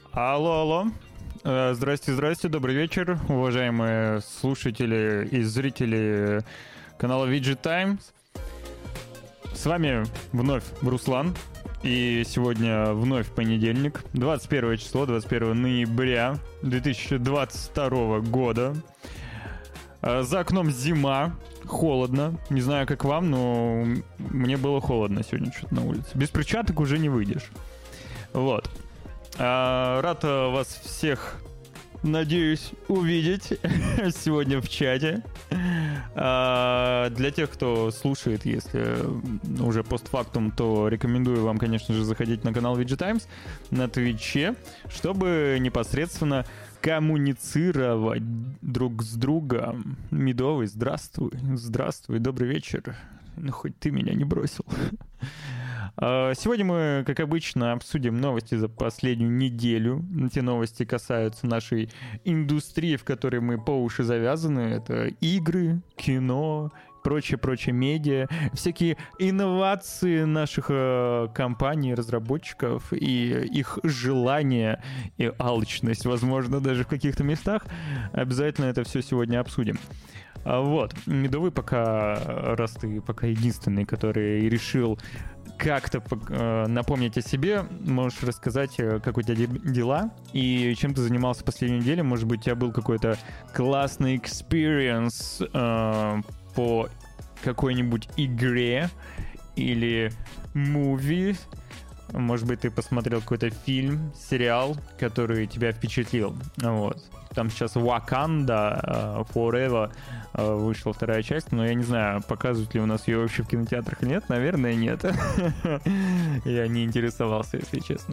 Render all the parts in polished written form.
Алло, алло. Здрасте, добрый вечер, уважаемые слушатели и зрители канала VG Times. С вами вновь Руслан, и сегодня вновь понедельник, 21 число, 21 ноября 2022 года. За окном зима, холодно, не знаю как вам, но мне было холодно сегодня что-то на улице. Без перчаток уже не выйдешь. Вот. Рад вас всех, надеюсь, увидеть сегодня в чате. Для тех, кто слушает, если уже постфактум, то рекомендую вам, конечно же, заходить на канал VG Times на Твиче, чтобы непосредственно коммуницировать друг с другом. Медовый, здравствуй, добрый вечер. Ну, хоть ты меня не бросил. Сегодня мы, как обычно, обсудим новости за последнюю неделю. Эти новости касаются нашей индустрии, в которой мы по уши завязаны. Это игры, кино, прочее медиа, всякие инновации наших компаний, разработчиков и их желание и алчность, возможно, даже в каких-то местах. Обязательно это все сегодня обсудим. Вот, Медовый раз ты пока единственный, который решил как-то напомнить о себе, можешь рассказать, как у тебя дела и чем ты занимался в последнюю неделю. Может быть, у тебя был какой-то классный экспириенс по какой-нибудь игре или муви. Может быть, ты посмотрел какой-то фильм, сериал, который тебя впечатлил. Вот. Там сейчас Wakanda Forever вышла вторая часть, но я не знаю, показывают ли у нас ее вообще в кинотеатрах или нет. Наверное, нет. Я не интересовался, если честно.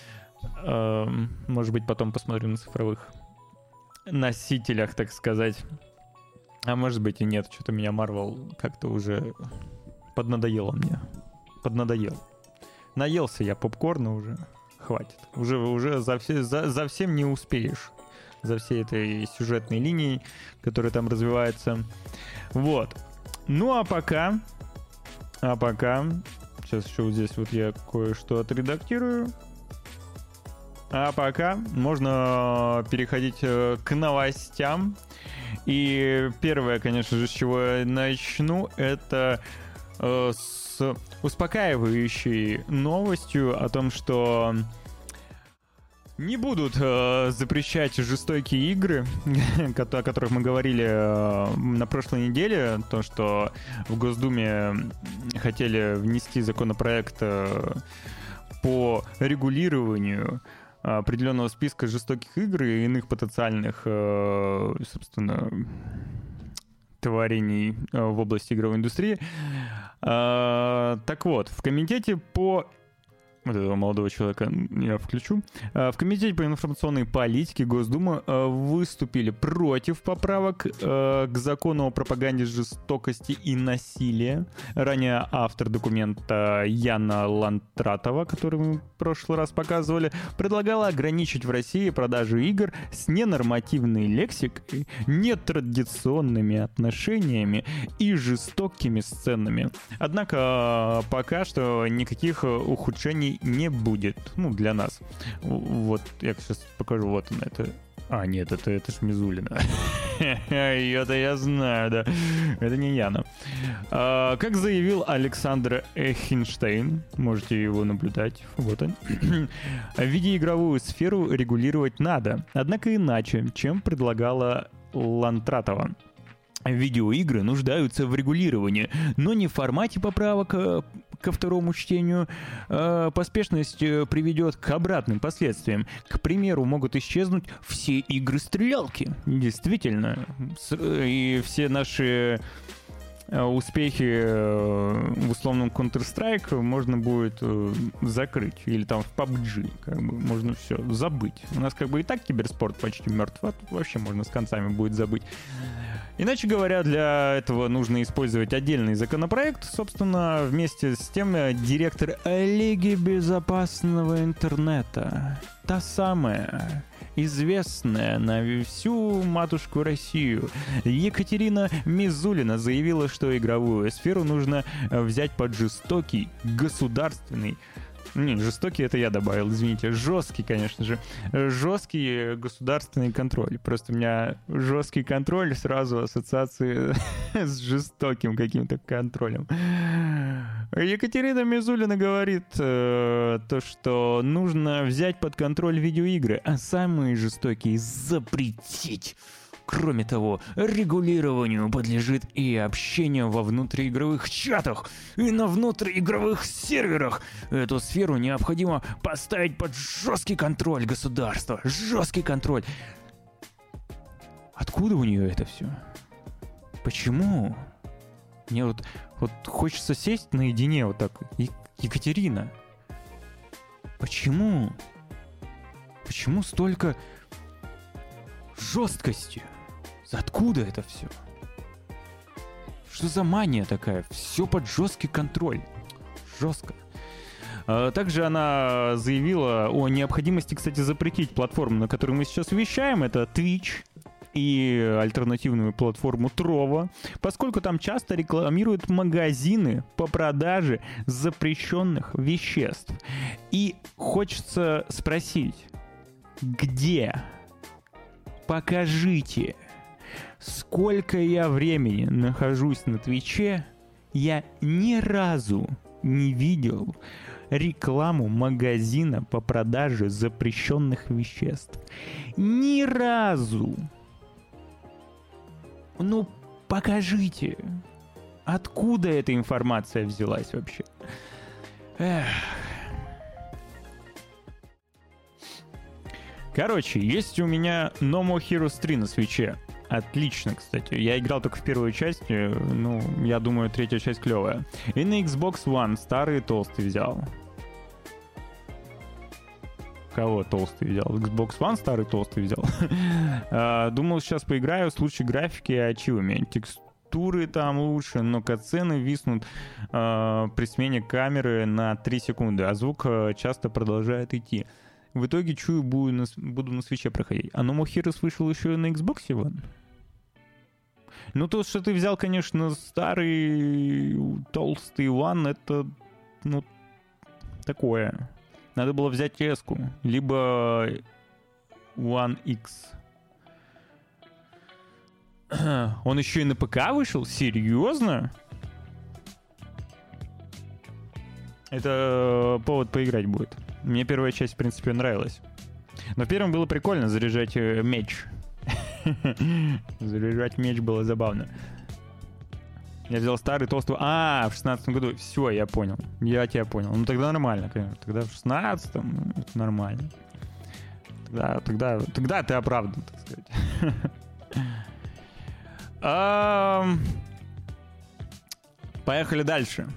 Может быть, потом посмотрю на цифровых носителях, так сказать. А может быть и нет. Что-то меня Marvel как-то уже поднадоело мне. Поднадоел. Наелся я попкорна уже. Хватит. Уже за всем не успеешь. За всей этой сюжетной линией, которая там развивается. Вот. Ну а пока... Сейчас еще вот здесь вот я кое-что отредактирую. А пока можно переходить к новостям. И первое, конечно же, с чего я начну, это с успокаивающей новостью о том, что не будут запрещать жестокие игры, о которых мы говорили на прошлой неделе. То, что в Госдуме хотели внести законопроект по регулированию определенного списка жестоких игр и иных потенциальных, собственно, творений в области игровой индустрии. Так вот, в комитете по... Вот этого молодого человека я включу. В Комитете по информационной политике Госдумы выступили против поправок к закону о пропаганде жестокости и насилия. Ранее автор документа Яна Лантратова, который мы в прошлый раз показывали, предлагала ограничить в России продажу игр с ненормативной лексикой, нетрадиционными отношениями и жестокими сценами. Однако пока что никаких ухудшений не будет. Ну, для нас. Вот, я сейчас покажу. Вот он, это... нет, это ж Мизулина. Это я знаю, да. Это не Яна. Как заявил Александр Эхенштейн, можете его наблюдать, вот он, видеоигровую сферу регулировать надо, однако иначе, чем предлагала Лантратова. Видеоигры нуждаются в регулировании, но не в формате поправок ко второму чтению. Поспешность приведет к обратным последствиям. К примеру, могут исчезнуть все игры-стрелялки. Действительно. И все наши успехи в условном Counter-Strike можно будет закрыть. Или там в PUBG. Как бы можно все забыть. У нас как бы и так киберспорт почти мертв, а тут вообще можно с концами будет забыть. Иначе говоря, для этого нужно использовать отдельный законопроект. Собственно, вместе с тем директор Лиги безопасного интернета, та самая известная на всю матушку Россию, Екатерина Мизулина заявила, что игровую сферу нужно взять под жестокий государственный Не, жестокий это я добавил, извините. Жесткий, конечно же. Жесткий государственный контроль. Просто у меня жесткий контроль, сразу ассоциации с жестоким каким-то контролем. Екатерина Мизулина говорит то, что нужно взять под контроль видеоигры, а самые жестокие запретить. Кроме того, регулированию подлежит и общение во внутриигровых чатах, и на внутриигровых серверах. Эту сферу необходимо поставить под жесткий контроль государства. Жесткий контроль. Откуда у нее это все? Почему? Мне вот хочется сесть наедине вот так. Екатерина, почему? Почему столько жесткости? Откуда это все? Что за мания такая? Все под жесткий контроль. Жестко. Также она заявила о необходимости, кстати, запретить платформу, на которой мы сейчас вещаем. Это Twitch и альтернативную платформу Trovo, поскольку там часто рекламируют магазины по продаже запрещенных веществ. И хочется спросить, где? Покажите. Сколько я времени нахожусь на Твиче, я ни разу не видел рекламу магазина по продаже запрещенных веществ. Ни разу. Ну, покажите. Откуда эта информация взялась вообще? Эх. Короче, есть у меня No More Heroes 3 на свитче. Отлично, кстати. Я играл только в первую часть. Ну, я думаю, третья часть клевая. И на Xbox One старый толстый взял. Кого толстый взял? Xbox One старый толстый взял. Думал, сейчас поиграю с лучшей графикой и ачивами. Текстуры там лучше, но катсцены виснут при смене камеры на 3 секунды, а звук часто продолжает идти. В итоге, чую, буду на свитче проходить. А No More Heroes вышел еще и на Xbox One? Ну, то, что ты взял, конечно, старый толстый One, это, ну, такое. Надо было взять S-ку, либо One X. Он еще и на ПК вышел? Серьезно? Это повод поиграть будет. Мне первая часть, в принципе, нравилась. Но в первом было прикольно заряжать меч. Заряжать меч было забавно. Я взял старый толстый... в 16-м году. Все, я понял. Я тебя понял. Ну, тогда нормально, конечно. Тогда в 16-м это нормально. Тогда ты оправдан, так сказать. Поехали дальше.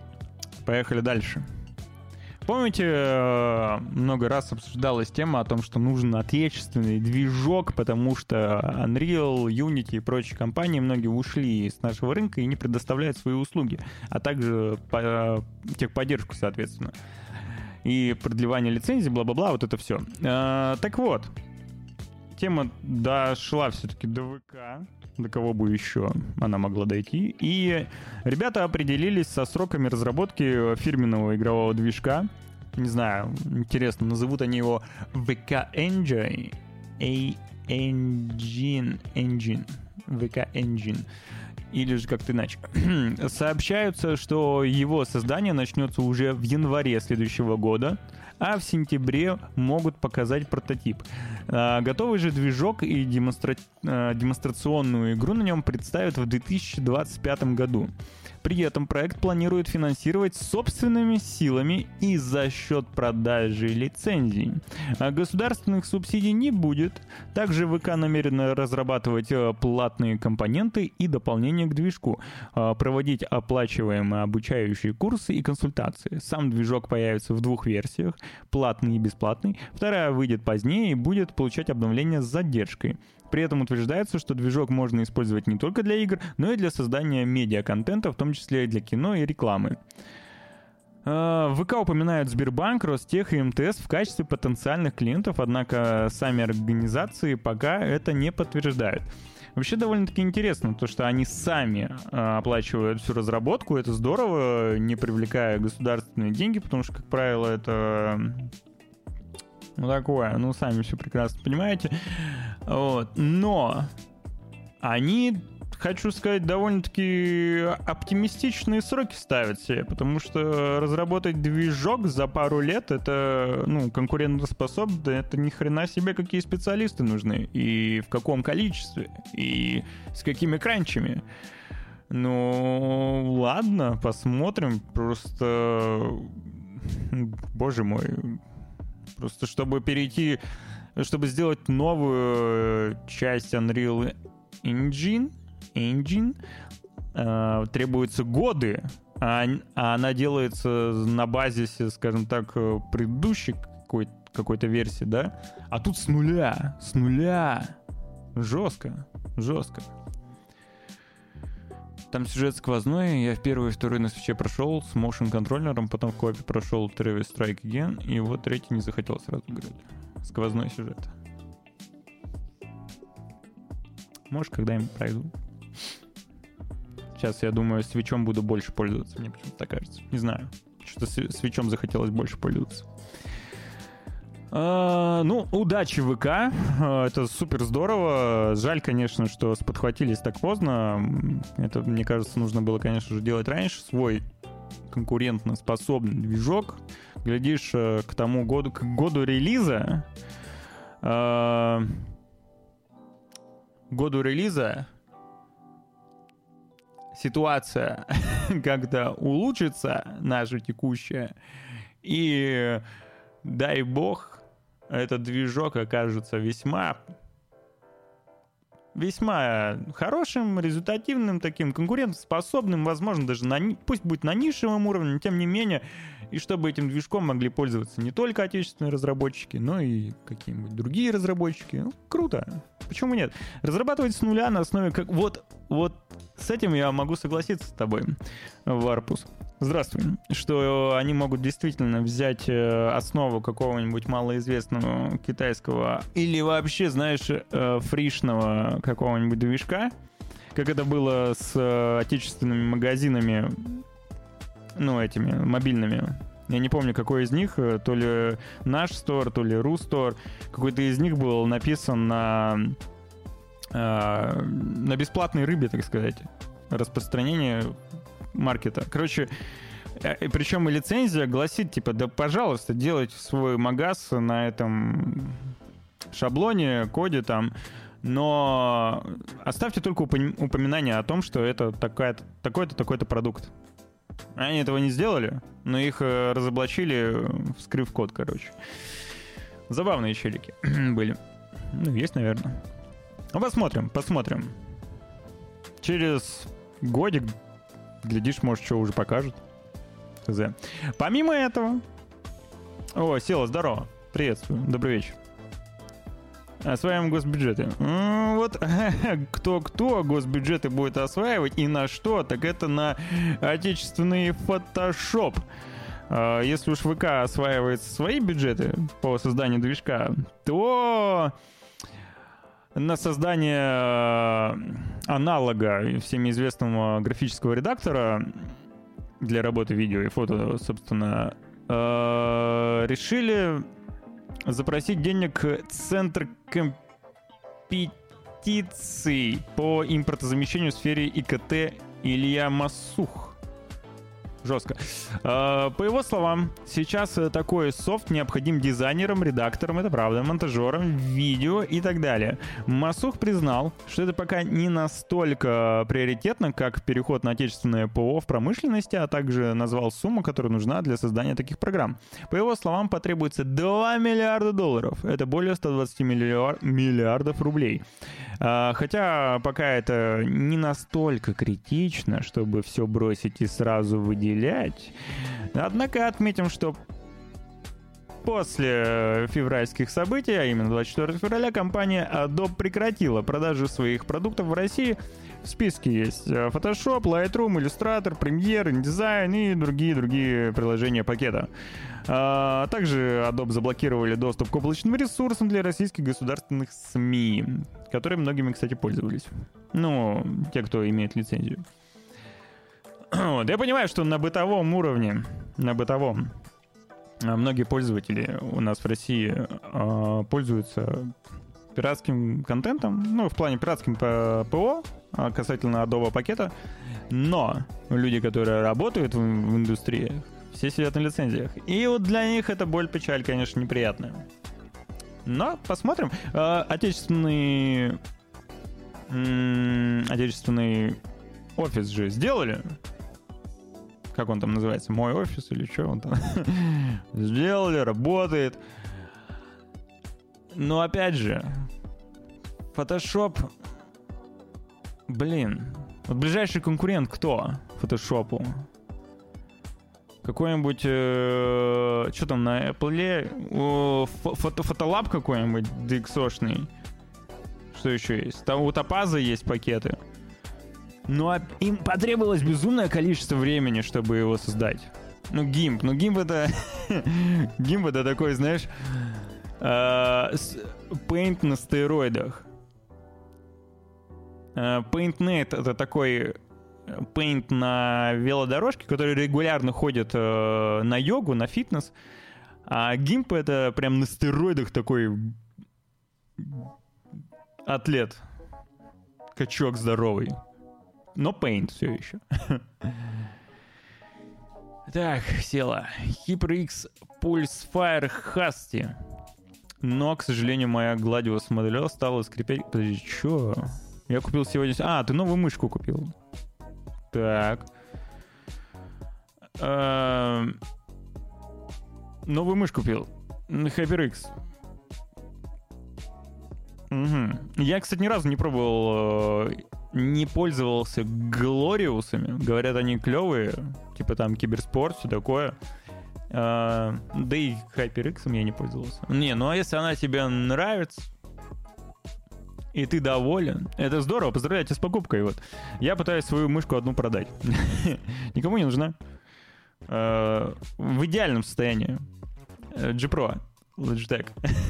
Помните, много раз обсуждалась тема о том, что нужен отечественный движок, потому что Unreal, Unity и прочие компании многие ушли с нашего рынка и не предоставляют свои услуги, а также техподдержку, соответственно. И продлевание лицензий, бла-бла-бла, вот это все. Так вот, тема дошла все-таки до ВК, до кого бы еще она могла дойти. И ребята определились со сроками разработки фирменного игрового движка. Не знаю, интересно, назовут они его VK Engine. VK Engine. Или же как-то иначе. Сообщаются, что его создание начнется уже в январе следующего года, а в сентябре могут показать прототип. Готовый же движок и демонстрационную игру на нем представят в 2025 году. При этом проект планирует финансировать собственными силами и за счет продажи лицензий. Государственных субсидий не будет. Также ВК намерена разрабатывать платные компоненты и дополнения к движку, проводить оплачиваемые обучающие курсы и консультации. Сам движок появится в 2 версиях, платный и бесплатный. Вторая выйдет позднее и будет получать обновления с задержкой. При этом утверждается, что движок можно использовать не только для игр, но и для создания медиаконтента, в том числе и для кино и рекламы. В ВК упоминают Сбербанк, Ростех и МТС в качестве потенциальных клиентов, однако сами организации пока это не подтверждают. Вообще довольно-таки интересно, то, что они сами оплачивают всю разработку. Это здорово, не привлекая государственные деньги, потому что, как правило, это... Ну, такое, ну, сами все прекрасно понимаете. Вот. Но они, хочу сказать, довольно-таки оптимистичные сроки ставят себе, потому что разработать движок за пару лет — это, ну, конкурентоспособно, это ни хрена себе какие специалисты нужны, и в каком количестве, и с какими кранчами. Ну, ладно, посмотрим, просто... Боже мой... Просто чтобы перейти, чтобы сделать новую часть Unreal Engine требуются годы, а она делается на базисе, скажем так, предыдущей какой-то версии, да? А тут с нуля. Жестко. Там сюжет сквозной, я в первый и второй на свече прошел с моушн-контроллером, потом в коопе прошел Travis Strike Again, и вот третий не захотел сразу играть. Сквозной сюжет. Может, когда-нибудь пройду. Сейчас, я думаю, свечом буду больше пользоваться, мне почему-то так кажется. Не знаю, что-то свечом захотелось больше пользоваться. Ну, удачи ВК, это супер здорово. Жаль, конечно, что сподхватились так поздно. Это, мне кажется, нужно было, конечно же, делать раньше. Свой конкурентно способный движок. Глядишь, к тому году, к году релиза, ситуация как-то улучшится, наша текущая, и дай бог, этот движок окажется весьма хорошим, результативным, таким конкурентоспособным, возможно, даже пусть будет на нишевом уровне, но тем не менее, и чтобы этим движком могли пользоваться не только отечественные разработчики, но и какие-нибудь другие разработчики. Ну, круто. Почему нет? Разрабатывать с нуля на основе... Вот с этим я могу согласиться с тобой, Варпус. Здравствуй. Что они могут действительно взять основу какого-нибудь малоизвестного китайского или вообще, знаешь, фришного какого-нибудь движка, как это было с отечественными магазинами, ну, этими, мобильными. Я не помню, какой из них, то ли наш стор, то ли Рустор. Какой-то из них был написан на бесплатной рыбе, так сказать. Распространение маркета. Короче, причем и лицензия гласит, типа, да, пожалуйста, делайте свой магаз на этом шаблоне, коде там, но оставьте только упоминание о том, что это такой-то продукт. Они этого не сделали, но их разоблачили, вскрыв код, короче. Забавные челики были. Ну, есть, наверное. Ну, посмотрим. Через годик, глядишь, может, что уже покажут. Хз. Помимо этого... О, Села, здорово. Приветствую. Добрый вечер. Осваиваем госбюджеты. Вот кто госбюджеты будет осваивать и на что, так это на отечественный Photoshop. Если уж ВК осваивает свои бюджеты по созданию движка, то на создание аналога всеми известного графического редактора для работы видео и фото, собственно, решили запросить денег Центр компетиций по импортозамещению в сфере ИКТ Илья Масух. Жестко. По его словам, сейчас такой софт необходим дизайнерам, редакторам, это правда, монтажерам, видео и так далее. Масух признал, что это пока не настолько приоритетно, как переход на отечественное ПО в промышленности, а также назвал сумму, которая нужна для создания таких программ. По его словам, потребуется $2 миллиарда. Это более 120 миллиардов рублей. Хотя пока это не настолько критично, чтобы все бросить и сразу выделять. Однако отметим, что После февральских событий, а именно 24 февраля, компания Adobe прекратила продажу своих продуктов в России. В списке есть Photoshop, Lightroom, Illustrator, Premiere, InDesign и другие приложения пакета. Также Adobe заблокировали доступ к облачным ресурсам для российских государственных СМИ, которые многими, кстати, пользовались. Ну, те, кто имеет лицензию. Вот. Я понимаю, что на бытовом уровне, многие пользователи у нас в России пользуются пиратским контентом, ну, в плане пиратским ПО, касательно Adobe пакета, но люди, которые работают в индустрии, все сидят на лицензиях. И вот для них это боль-печаль, конечно, неприятная. Но посмотрим. Отечественный офис же сделали. Как он там называется? Мой офис или что он там? Сделали, работает. Но опять же, Photoshop... Блин. Вот ближайший конкурент кто Photoshop'у? Какой-нибудь... что там на Apple? Фотолаб какой-нибудь DxO-шный. Что еще есть? Там у Topaz есть пакеты. Но им потребовалось безумное количество времени, чтобы его создать. Ну, GIMP это... GIMP это такой, знаешь... Paint на стероидах. PaintNet — это такой Paint на велодорожке, который регулярно ходит на йогу, на фитнес. А GIMP — это прям на стероидах такой атлет. Качок здоровый. Но Paint все еще. Так, села. HyperX Pulsefire Husky. Но, к сожалению, моя Gladius модель стала скрипеть. Подожди, что? Я купил сегодня... ты новую мышку купил. Так. Новую мышь купил. HyperX. Угу. Я, кстати, ни разу не пробовал... Не пользовался Глориусами. Говорят, они клевые. Типа там киберспорт, все такое. Да и HyperX я не пользовался. Не, ну а если она тебе нравится, и ты доволен, это здорово, поздравляю тебя с покупкой. Вот. Я пытаюсь свою мышку одну продать. Никому не нужна. В идеальном состоянии. G Pro. Logitech.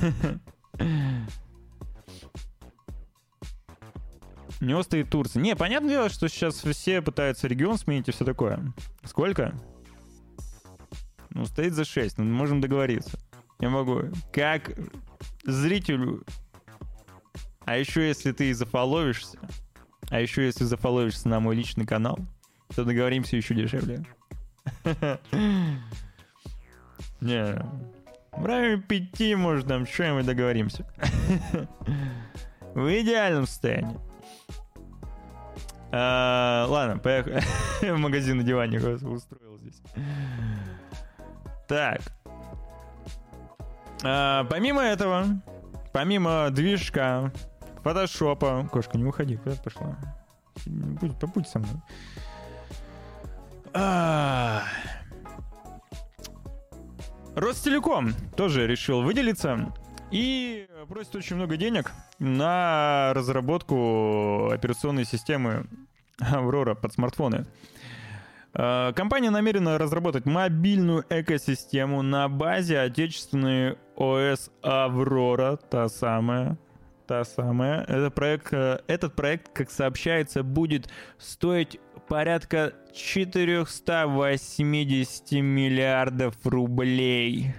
У него стоит Турция. Не, понятное дело, что сейчас все пытаются регион сменить и все такое. Сколько? Ну, стоит за 6. Ну, можем договориться. Я могу. Как зрителю... А еще если ты зафоловишься, на мой личный канал, то договоримся еще дешевле. Не, в районе 5, может, там что-нибудь договоримся. В идеальном состоянии. Ладно, поехали. В магазин на диване устроил здесь. Так. Помимо этого, помимо движка, фотошопа... Кошка, не уходи, куда ты пошла? Побудь со мной. Ростелеком тоже решил выделиться и просит очень много денег на разработку операционной системы Aurora под смартфоны. Компания намерена разработать мобильную экосистему на базе отечественной ОС Aurora, та самая. Этот проект, как сообщается, будет стоить порядка 480 миллиардов рублей.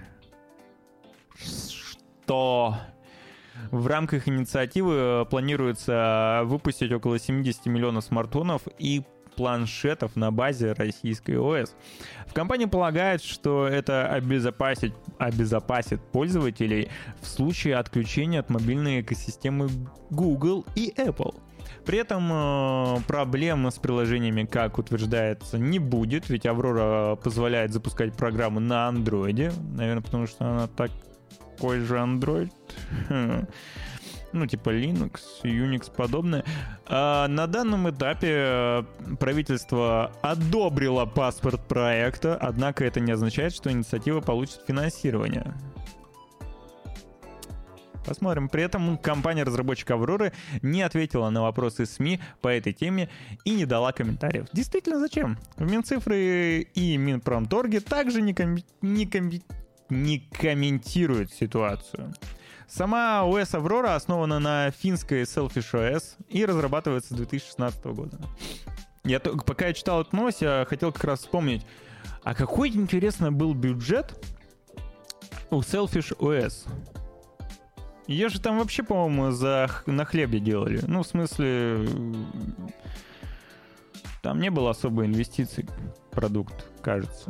Что? В рамках инициативы планируется выпустить около 70 миллионов смартфонов и планшетов на базе российской ОС. В компании полагают, что это обезопасит пользователей в случае отключения от мобильной экосистемы Google и Apple. При этом проблем с приложениями, как утверждается, не будет, ведь Aurora позволяет запускать программу на Android. Наверное, потому что она такой же Android. Ну, типа Linux, Unix подобное. На данном этапе правительство одобрило паспорт проекта, однако это не означает, что инициатива получит финансирование. Посмотрим. При этом компания-разработчик Авроры не ответила на вопросы СМИ по этой теме и не дала комментариев. Действительно, зачем? Минцифры и Минпромторги также не комментируют ситуацию. Сама ОС Аврора основана на финской Selfish OS и разрабатывается с 2016 года. Пока я читал эту новость, я хотел как раз вспомнить, а какой, интересно, был бюджет у Selfish OS? Ее же там вообще, по-моему, на хлебе делали. Ну, в смысле, там не было особой инвестиций в продукт, кажется.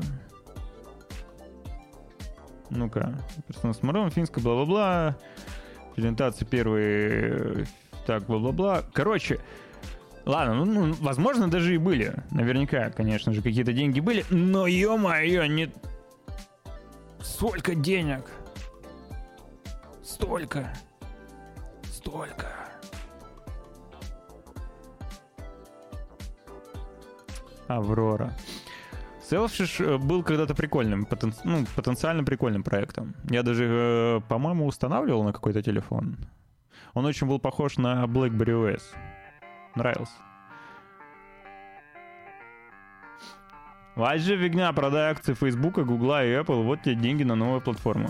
Ну-ка, персонал смартфон, финская, бла-бла-бла. Презентации первые, так, бла-бла-бла. Короче, ладно, ну, возможно, даже и были. Наверняка, конечно же, какие-то деньги были. Но, ё-моё, не... Сколько денег? Столько. Аврора. Selfish был когда-то прикольным, потенциально прикольным проектом. Я даже, по-моему, устанавливал на какой-то телефон. Он очень был похож на BlackBerry OS. Нравился. Вообще фигня, продай акции Facebook, Google и Apple, вот тебе деньги на новую платформу.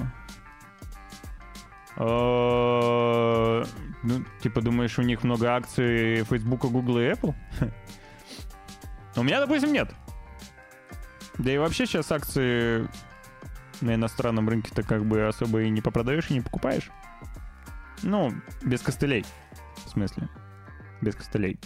Ну, типа, думаешь, у них много акций Facebook, Google и Apple? У меня, допустим, нет. Да и вообще сейчас акции на иностранном рынке-то как бы особо и не попродаешь, и не покупаешь. Ну, без костылей. В смысле? Без костылей.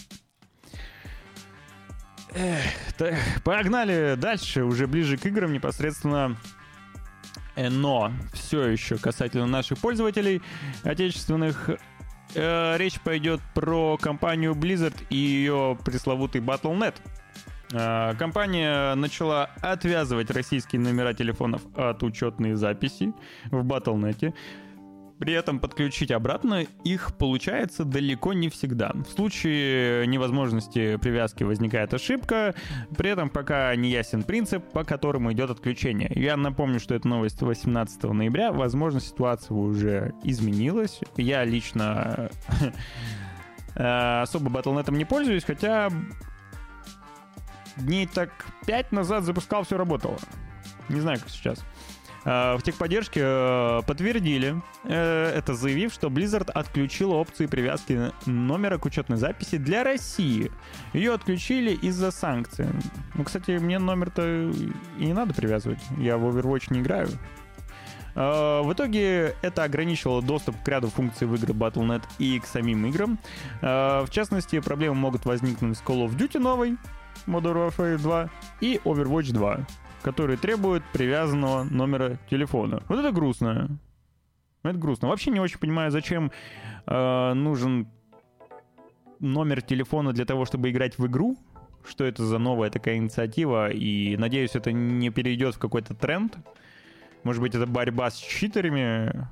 Погнали дальше, уже ближе к играм непосредственно. Но все еще касательно наших пользователей отечественных. Речь пойдет про компанию Blizzard и ее пресловутый Battle.net. Компания начала отвязывать российские номера телефонов от учетной записи в Battle.net. При этом подключить обратно их получается далеко не всегда. В случае невозможности привязки возникает ошибка, при этом пока не ясен принцип, по которому идет отключение. Я напомню, что это новость 18 ноября. Возможно, ситуация уже изменилась. Я лично особо Battle.net не пользуюсь, хотя дней так 5 назад запускал, все работало. Не знаю, как сейчас. В техподдержке подтвердили это, заявив, что Blizzard отключила опцию привязки номера к учетной записи для России. Ее отключили из-за санкций. Ну, кстати, мне номер-то и не надо привязывать. Я в Overwatch не играю. В итоге это ограничивало доступ к ряду функций в игры Battle.net и к самим играм. В частности, проблемы могут возникнуть с Call of Duty новой, Modern Warfare 2 и Overwatch 2. Которые требуют привязанного номера телефона. Вот это грустно. Это грустно. Вообще не очень понимаю, зачем нужен номер телефона для того, чтобы играть в игру. Что это за новая такая инициатива. И надеюсь, это не перейдет в какой-то тренд. Может быть, это борьба с читерами.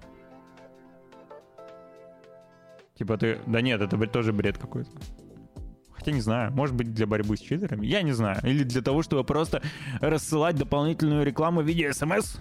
Типа ты... Да нет, это тоже бред какой-то. Хотя не знаю, может быть для борьбы с читерами, я не знаю. Или для того, чтобы просто рассылать дополнительную рекламу в виде смс.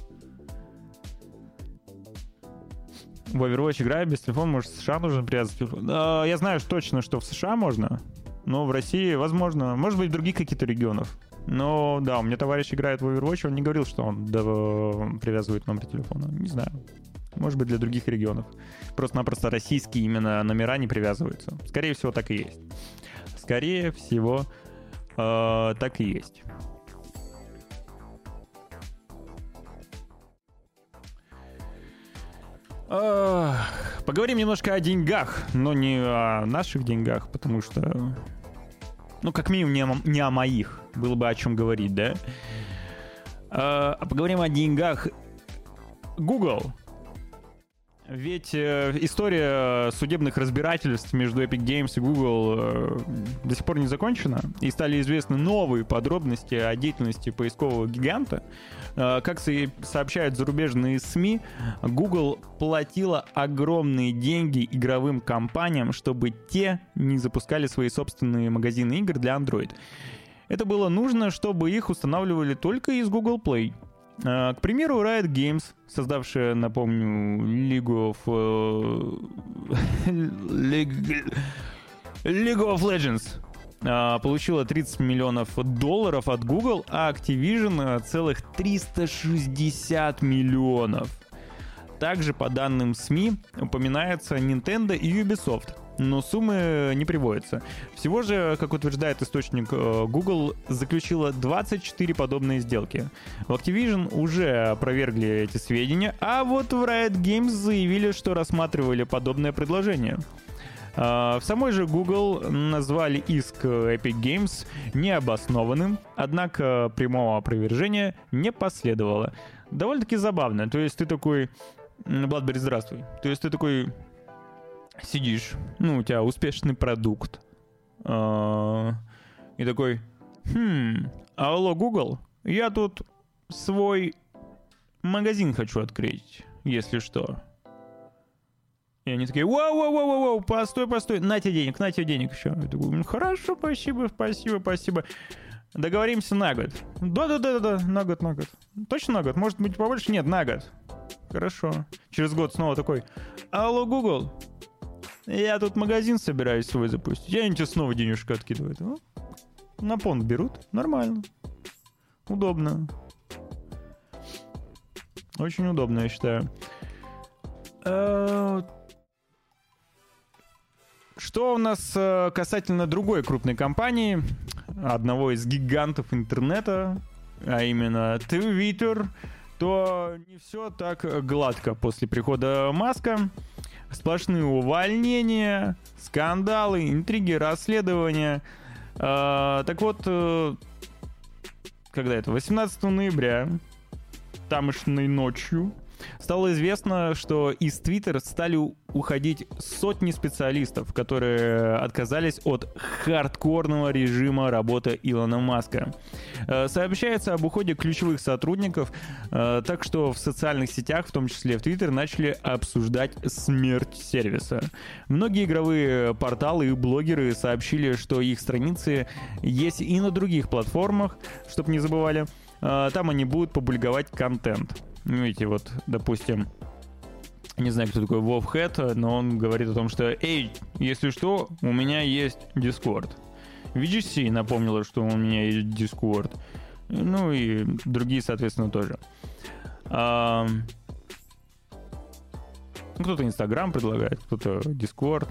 В Overwatch играю без телефона, может в США нужно привязать телефон. Я знаю точно, что в США можно, но в России, возможно, может быть в других каких-то регионах. Но да, у меня товарищ играет в Overwatch, он не говорил, что он привязывает номер телефона. Не знаю. Может быть, для других регионов. Просто-напросто российские именно номера не привязываются. Скорее всего, так и есть. Скорее всего, так и есть. Поговорим немножко о деньгах, но не о наших деньгах, потому что, ну, как минимум, не о моих. Было бы о чем говорить, да? Поговорим о деньгах. Google. Ведь история судебных разбирательств между Epic Games и Google до сих пор не закончена, и стали известны новые подробности о деятельности поискового гиганта. Как сообщают зарубежные СМИ, Google платила огромные деньги игровым компаниям, чтобы те не запускали свои собственные магазины игр для Android. Это было нужно, чтобы их устанавливали только из Google Play. К примеру, Riot Games, создавшая, напомню, League of Legends, получила $30 миллионов от Google, а Activision целых 360 миллионов. Также, по данным СМИ, упоминается Nintendo и Ubisoft, но суммы не приводятся. Всего же, как утверждает источник, Google заключила 24 подобные сделки. В Activision уже опровергли эти сведения, а вот в Riot Games заявили, что рассматривали подобное предложение. В самой же Google назвали иск Epic Games необоснованным, однако прямого опровержения не последовало. Довольно-таки забавно. То есть ты такой... BlackBerry, здравствуй. То есть ты такой сидишь, у тебя успешный продукт, и такой, алло, Google, я тут свой магазин хочу открыть, если что. И они такие, вау, постой, на тебе денег еще. Я такой, хорошо, спасибо. Договоримся на год. Да, на год. Точно на год? Может быть побольше? Нет, на год. Хорошо. Через год снова такой, алло, Google, я тут магазин собираюсь свой запустить. Я тебе снова денежку откидываю. На понт берут. Нормально. Удобно. Очень удобно, я считаю. Что у нас касательно другой крупной компании, одного из гигантов интернета, а именно Twitter, то не все так гладко после прихода Маска. Сплошные увольнения, скандалы, интриги, расследования. Так вот, когда это? 18 ноября, тамошней ночью, стало известно, что из Twitter стали уходить сотни специалистов, которые отказались от хардкорного режима работы Илона Маска. Сообщается об уходе ключевых сотрудников, так что в социальных сетях, в том числе в Twitter, начали обсуждать смерть сервиса. Многие игровые порталы и блогеры сообщили, что их страницы есть и на других платформах, чтобы не забывали. Там они будут публиковать контент. Видите, вот, допустим, не знаю, кто такой Вовхэт, но он говорит о том, что «Эй, если что, у меня есть Discord». VGC напомнила, что у меня есть Discord. Ну и другие, соответственно, тоже. Кто-то Instagram предлагает, кто-то Discord.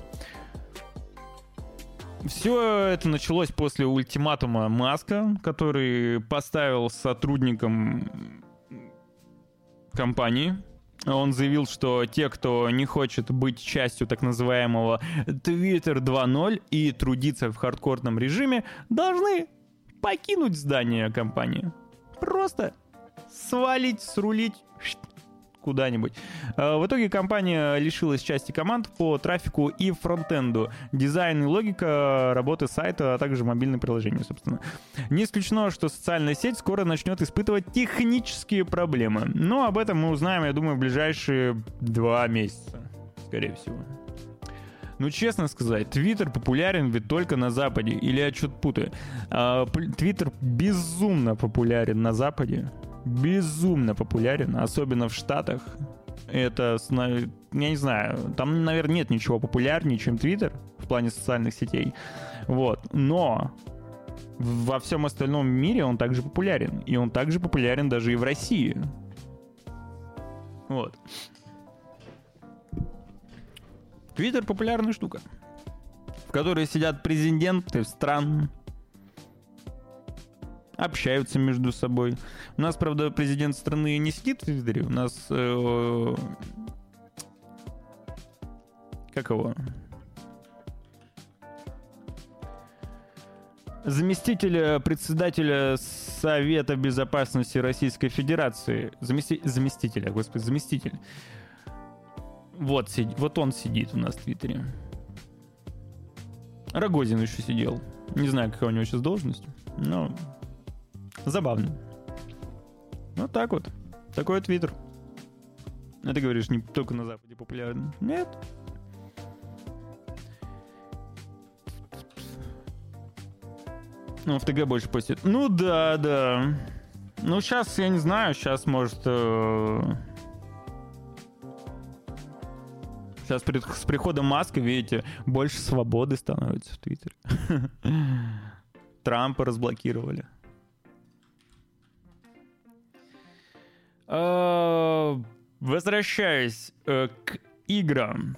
Все это началось после ультиматума Маска, который поставил сотрудникам компании. Он заявил, что те, кто не хочет быть частью так называемого Twitter 2.0 и трудиться в хардкорном режиме, должны покинуть здание компании. Просто свалить, срулить куда-нибудь. В итоге компания лишилась части команд по трафику и фронтенду, дизайн и логика работы сайта, а также мобильное приложение, собственно. Не исключено, что социальная сеть скоро начнет испытывать технические проблемы. Но об этом мы узнаем, я думаю, в ближайшие 2 месяца, скорее всего. Ну, честно сказать, Твиттер популярен ведь только на Западе. Или я что-то путаю. Твиттер безумно популярен на Западе. Безумно популярен, особенно в Штатах. Это, я не знаю, там, наверное, нет ничего популярнее, чем Твиттер в плане социальных сетей. Вот. Но во всем остальном мире он также популярен. И он также популярен даже и в России. Вот. Твиттер — популярная штука, в которой сидят президенты стран, общаются между собой. У нас, правда, президент страны не сидит в Твиттере. У нас... как его? Заместитель председателя Совета Безопасности Российской Федерации. Заместитель. Вот он сидит у нас в Твиттере. Рогозин еще сидел. Не знаю, какая у него сейчас должность, но забавно. Вот так вот. Такой Твиттер. А ты говоришь, не только на Западе популярен. Нет. Ну, в ТГ больше постит. Ну да. Ну, сейчас, я не знаю, сейчас, может... Сейчас с приходом Маска, видите, больше свободы становится в Твиттере. Трампа разблокировали. Возвращаясь к играм.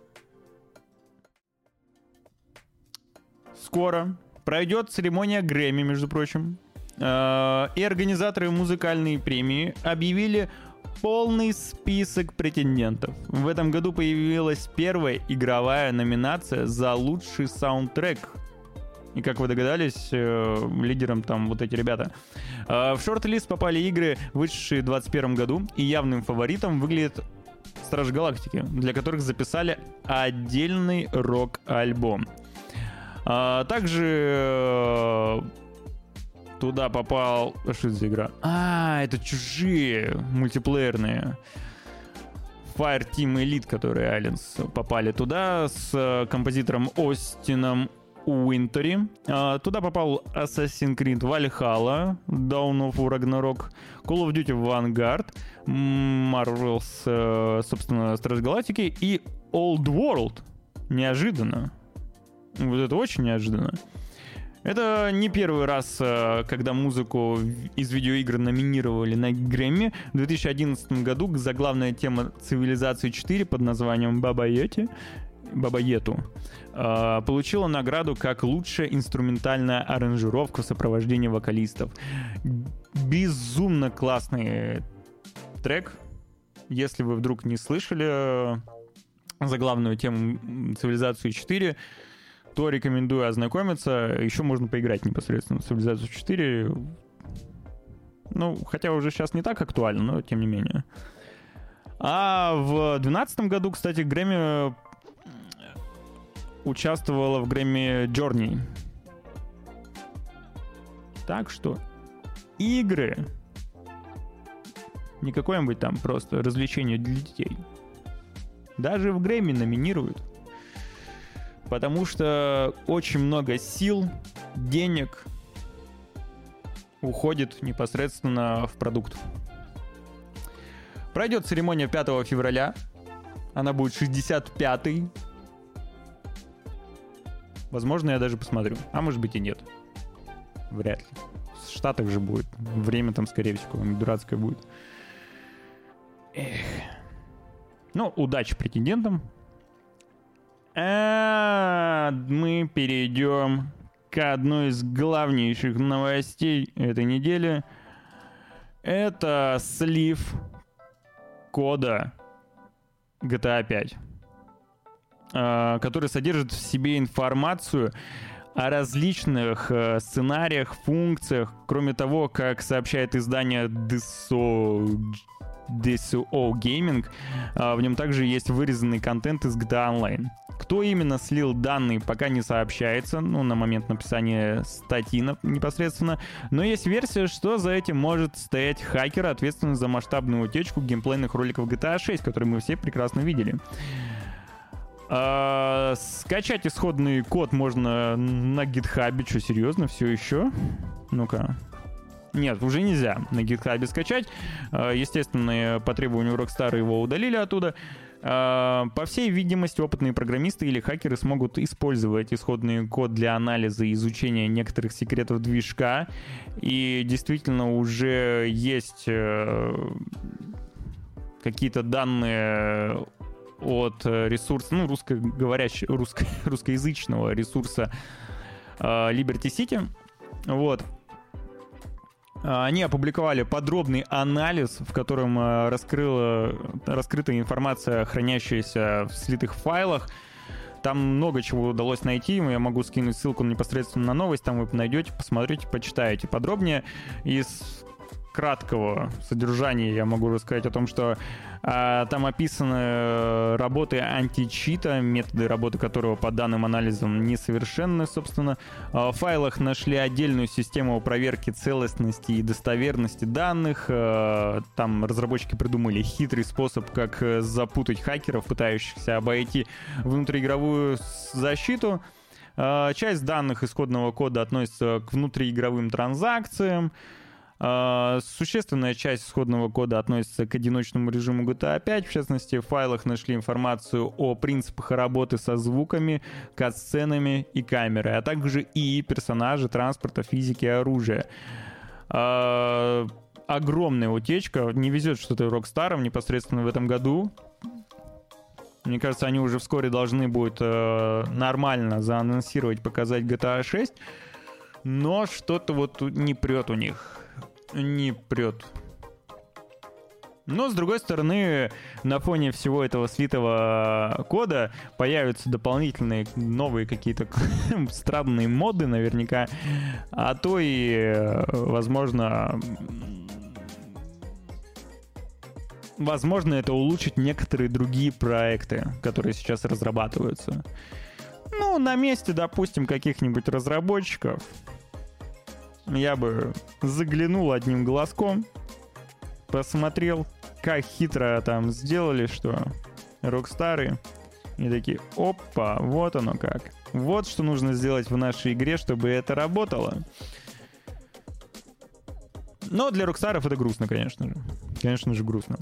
Скоро пройдет церемония Грэмми, между прочим. И организаторы музыкальной премии объявили полный список претендентов. В этом году появилась первая игровая номинация за лучший саундтрек. И, как вы догадались, лидером там вот эти ребята. В шорт-лист попали игры, вышедшие в 2021 году, и явным фаворитом выглядит Стражи Галактики, для которых записали отдельный рок-альбом. Также туда попал... Что это за игра? Это чужие мультиплеерные. Fire Team Elite, которые Aliens попали туда с композитором Остином Уинтери. Туда попал Assassin's Creed Valhalla, Dawn of Ragnarok, Call of Duty Vanguard, Marvel's, собственно, Стражи Галактики и Old World. Неожиданно. Вот это очень неожиданно. Это не первый раз, когда музыку из видеоигр номинировали на Грэмми. В 2011 году заглавная тема Цивилизации 4 под названием Баба Йету получила награду как лучшая инструментальная аранжировка в сопровождении вокалистов. Безумно классный трек. Если вы вдруг не слышали заглавную тему Цивилизации 4, то рекомендую ознакомиться. Еще можно поиграть непосредственно в Цивилизацию 4. Ну, хотя уже сейчас не так актуально, но тем не менее. А в 2012 году, кстати, Грэмми участвовала в Грэмми Journey. Так что игры не какое-нибудь там просто развлечение для детей. Даже в Грэмми номинируют. Потому что очень много сил, денег уходит непосредственно в продукт. Пройдет церемония 5 февраля. Она будет 65-й. Возможно, я даже посмотрю. А может быть и нет. Вряд ли. В Штатах же будет. Время там, скорее всего, какое-нибудь дурацкое будет. Эх. Ну, удачи претендентам. Мы перейдем к одной из главнейших новостей этой недели. Это слив кода GTA 5, который содержит в себе информацию о различных сценариях, функциях. Кроме того, как сообщает издание DSO Gaming, в нем также есть вырезанный контент из GTA Online. Кто именно слил данные, пока не сообщается, ну, на момент написания статьи непосредственно. Но есть версия, что за этим может стоять хакер, ответственный за масштабную утечку геймплейных роликов GTA 6, которые мы все прекрасно видели. Скачать исходный код можно на GitHub. Что, серьезно? Все еще? Ну-ка. Нет, уже нельзя на GitHub скачать. Естественно, по требованию Rockstar его удалили оттуда. По всей видимости, опытные программисты или хакеры смогут использовать исходный код для анализа и изучения некоторых секретов движка. И действительно уже есть какие-то данные от ресурса, ну, русскоязычного ресурса Liberty City. Вот. Они опубликовали подробный анализ, в котором раскрыта информация, хранящаяся в слитых файлах. Там много чего удалось найти. Я могу скинуть ссылку непосредственно на новость. Там вы найдете, посмотрите, почитаете подробнее. Из краткого содержания я могу рассказать о том, что там описаны работы античита, методы работы которого по данным анализам несовершенны, собственно. В файлах нашли отдельную систему проверки целостности и достоверности данных. Там разработчики придумали хитрый способ, как запутать хакеров, пытающихся обойти внутриигровую защиту. Часть данных исходного кода относится к внутриигровым транзакциям. Существенная часть исходного кода относится к одиночному режиму GTA 5. В частности, в файлах нашли информацию о принципах работы со звуками, кат-сценами и камерой, а также и персонажи, транспорта, физики и оружия. Огромная утечка. Не везет что-то Rockstar непосредственно в этом году. Мне кажется, они уже вскоре должны будут нормально заанонсировать, показать GTA 6. Но что-то вот не прет у них. Не прет. Но, с другой стороны, на фоне всего этого слитого кода появятся дополнительные новые какие-то странные моды наверняка. А то и, возможно, это улучшит некоторые другие проекты, которые сейчас разрабатываются. Ну, на месте, допустим, каких-нибудь разработчиков я бы заглянул одним глазком, посмотрел, как хитро там сделали, что Рокстары, и такие, опа, вот оно как. Вот что нужно сделать в нашей игре, чтобы это работало. Но для Рокстаров это грустно, конечно же. Конечно же, грустно.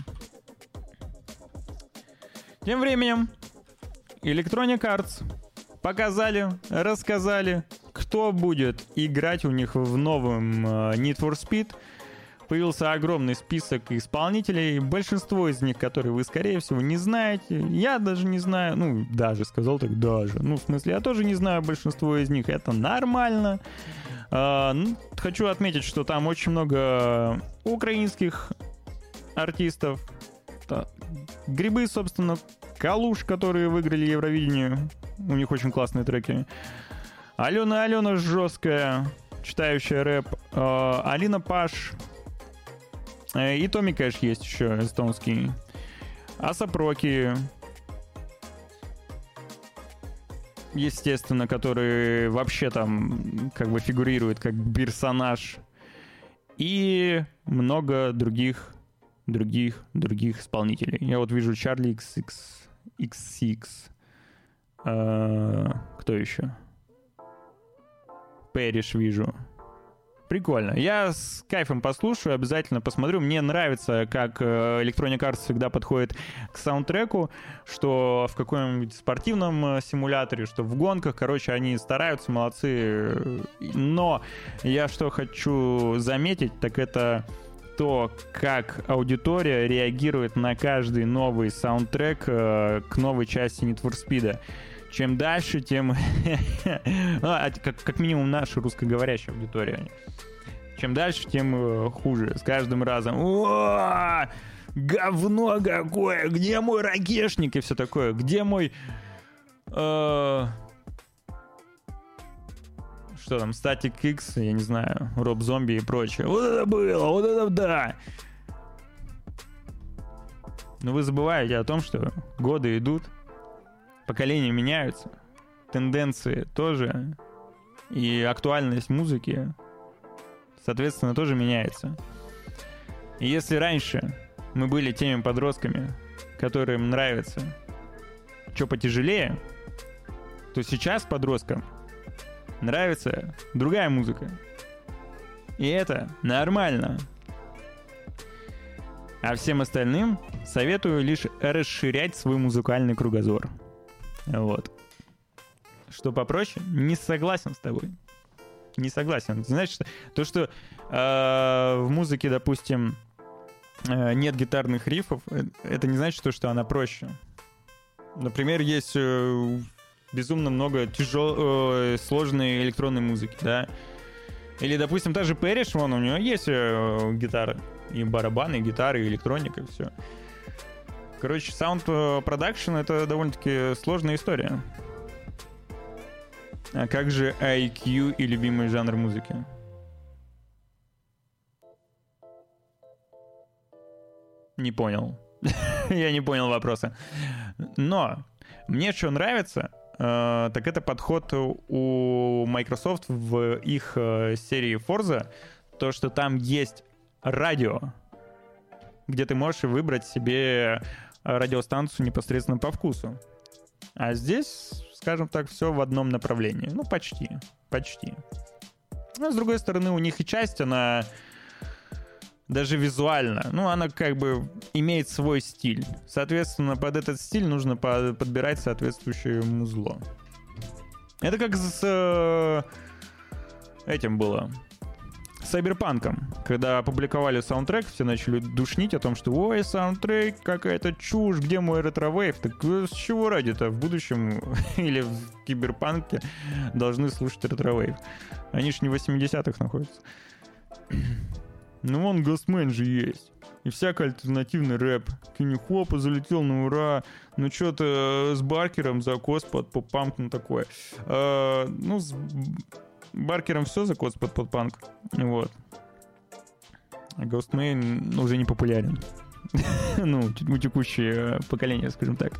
Тем временем Electronic Arts показали, рассказали, кто будет играть у них в новом Need for Speed. Появился огромный список исполнителей. Большинство из них, которые вы, скорее всего, не знаете. Я даже не знаю. Ну, даже, сказал так, даже. Ну, в смысле, я тоже не знаю большинство из них. Это нормально. Хочу отметить, что там очень много украинских артистов. Грибы, собственно, Калуш, которые выиграли Евровидение. У них очень классные треки. Алена жесткая, читающая рэп. Алина Паш. И Томми Кэш есть еще, эстонский. Асап Роки. Естественно, который вообще там как бы фигурирует как персонаж. И много других исполнителей. Я вот вижу Charlie XX. Кто еще? Пэриш вижу. Прикольно. Я с кайфом послушаю, обязательно посмотрю. Мне нравится, как Electronic Arts всегда подходит к саундтреку, что в каком-нибудь спортивном симуляторе, что в гонках. Короче, они стараются, молодцы. Но я что хочу заметить, так это то, как аудитория реагирует на каждый новый саундтрек к новой части Need for Speed. Чем дальше, тем... как минимум наша русскоговорящая аудитория. Чем дальше, тем хуже. С каждым разом. О, говно какое! Где мой ракешник и все такое? Где мой... Что там? Static X, я не знаю. Роб Зомби и прочее. Вот это было! Вот это да! Но вы забываете о том, что годы идут, поколения меняются, тенденции тоже, и актуальность музыки, соответственно, тоже меняется. И если раньше мы были теми подростками, которым нравится что потяжелее, то сейчас подросткам нравится другая музыка. И это нормально. А всем остальным советую лишь расширять свой музыкальный кругозор. Вот. Что попроще? Не согласен с тобой. Не согласен. Знаешь, то, что в музыке, допустим, нет гитарных рифов, это не значит, что она проще. Например, есть безумно много сложной электронной музыки, да. Или, допустим, та же Пэриш, вон, у него есть гитара, и барабаны, и гитары, и электроника, и все. Короче, саунд-продакшн — это довольно-таки сложная история. А как же IQ и любимый жанр музыки? Не понял. Я не понял вопроса. Но мне что нравится, так это подход у Microsoft в их серии Forza, то, что там есть радио, где ты можешь выбрать себе радиостанцию непосредственно по вкусу. А здесь, скажем так, все в одном направлении. Ну, почти. Но, с другой стороны, у них и часть, она даже визуально. Ну, она как бы имеет свой стиль. Соответственно, под этот стиль нужно подбирать соответствующее музло. Это как с этим было. С Сайберпанком. Когда опубликовали саундтрек, все начали душнить о том, что ой, саундтрек, какая-то чушь, где мой ретро-вейв? Так с чего ради-то в будущем или в Киберпанке должны слушать ретро-вейв? Они ж не в 80-х находятся. Ну вон Ghostman же есть. И всякий альтернативный рэп. Кинни-хопа залетел на ура. Ну что-то с Баркером закос под поп-панк, ну такое. Ну, с Баркером все закос под поп-панк. Вот. А Ghostman уже не популярен. Ну, у текущее поколение, скажем так.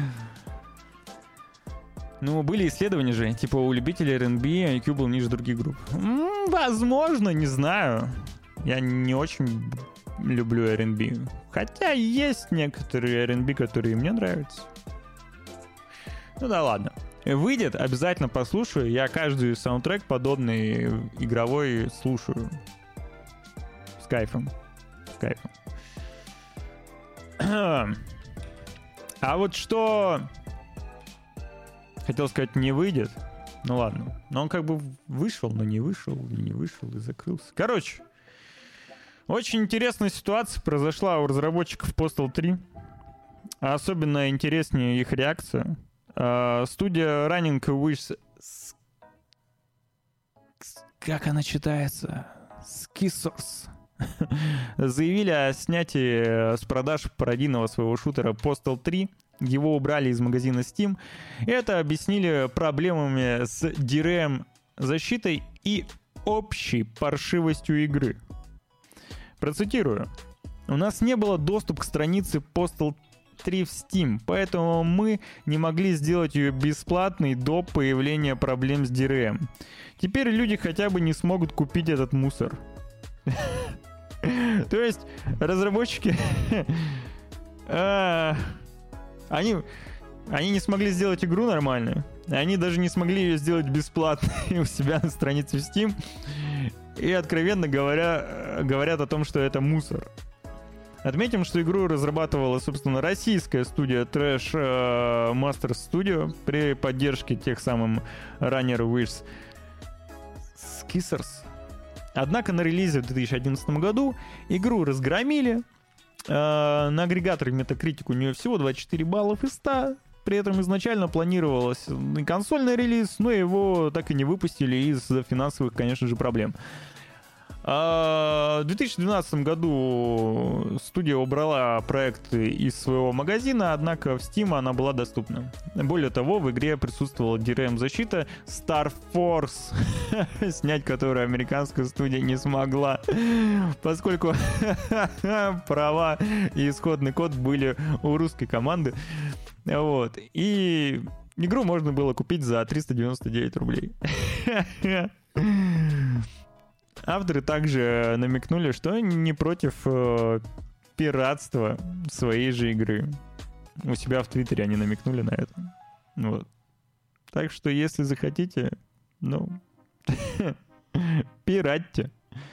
Ну, были исследования же, типа у любителей R&B IQ был ниже других групп. Возможно, не знаю. Я не очень люблю R&B. Хотя есть некоторые R&B, которые мне нравятся. Ну да ладно. Выйдет, обязательно послушаю. Я каждый саундтрек подобный игровой слушаю. С кайфом. С кайфом. А вот что... Хотел сказать, не выйдет. Ну ладно. Но он как бы вышел, но не вышел, и не вышел, и закрылся. Короче. Очень интересная ситуация произошла у разработчиков Postal 3. А особенно интереснее их реакция. Студия Running Wish... Как она читается? Skissors. Заявили о снятии с продаж пародийного своего шутера Postal 3. Его убрали из магазина Steam. Это объяснили проблемами с DRM-защитой и общей паршивостью игры. Процитирую. У нас не было доступа к странице Postal 3 в Steam, поэтому мы не могли сделать ее бесплатной до появления проблем с DRM. Теперь люди хотя бы не смогут купить этот мусор. То есть разработчики... Они не смогли сделать игру нормальную. Они даже не смогли ее сделать бесплатной у себя на странице в Steam. И откровенно говорят о том, что это мусор. Отметим, что игру разрабатывала, собственно, российская студия Trash Master Studio при поддержке тех самых Runner Wish Skissors. Однако на релизе в 2011 году игру разгромили. На агрегаторе Metacritic у нее всего 24 баллов из 100. При этом изначально планировалось консольный релиз, но его так и не выпустили из-за финансовых, конечно же, проблем. В 2012 году студия убрала проект из своего магазина, однако в Steam она была доступна. Более того, в игре присутствовала DRM-защита Star Force, снять которую американская студия не смогла, поскольку права и исходный код были у русской команды. Вот. И игру можно было купить за 399 рублей. Авторы также намекнули, что они не против пиратства своей же игры. У себя в Твиттере они намекнули на это. Вот. Так что, если захотите, ну, пиратьте.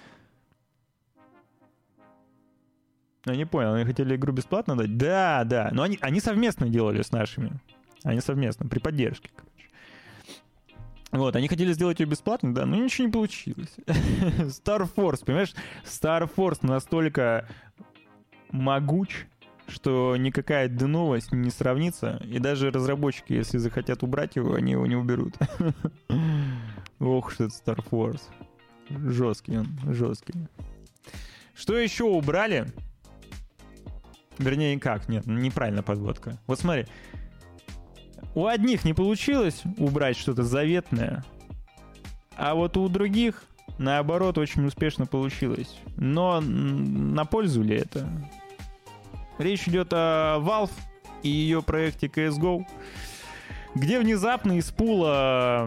Я не понял, они хотели игру бесплатно дать? Да. Но они совместно делали с нашими. Они совместно, при поддержке, короче. Вот, они хотели сделать ее бесплатно, да, но ничего не получилось. Star Force, понимаешь? Star Force настолько могуч, что никакая D-новость не сравнится. И даже разработчики, если захотят убрать его, они его не уберут. Ох, что это Star Force. Жесткий он, жесткий. Что еще убрали? Вернее, как? Нет, неправильная подводка. Вот смотри. У одних не получилось убрать что-то заветное, а вот у других, наоборот, очень успешно получилось. Но на пользу ли это? Речь идет о Valve и ее проекте CSGO, где внезапно из пула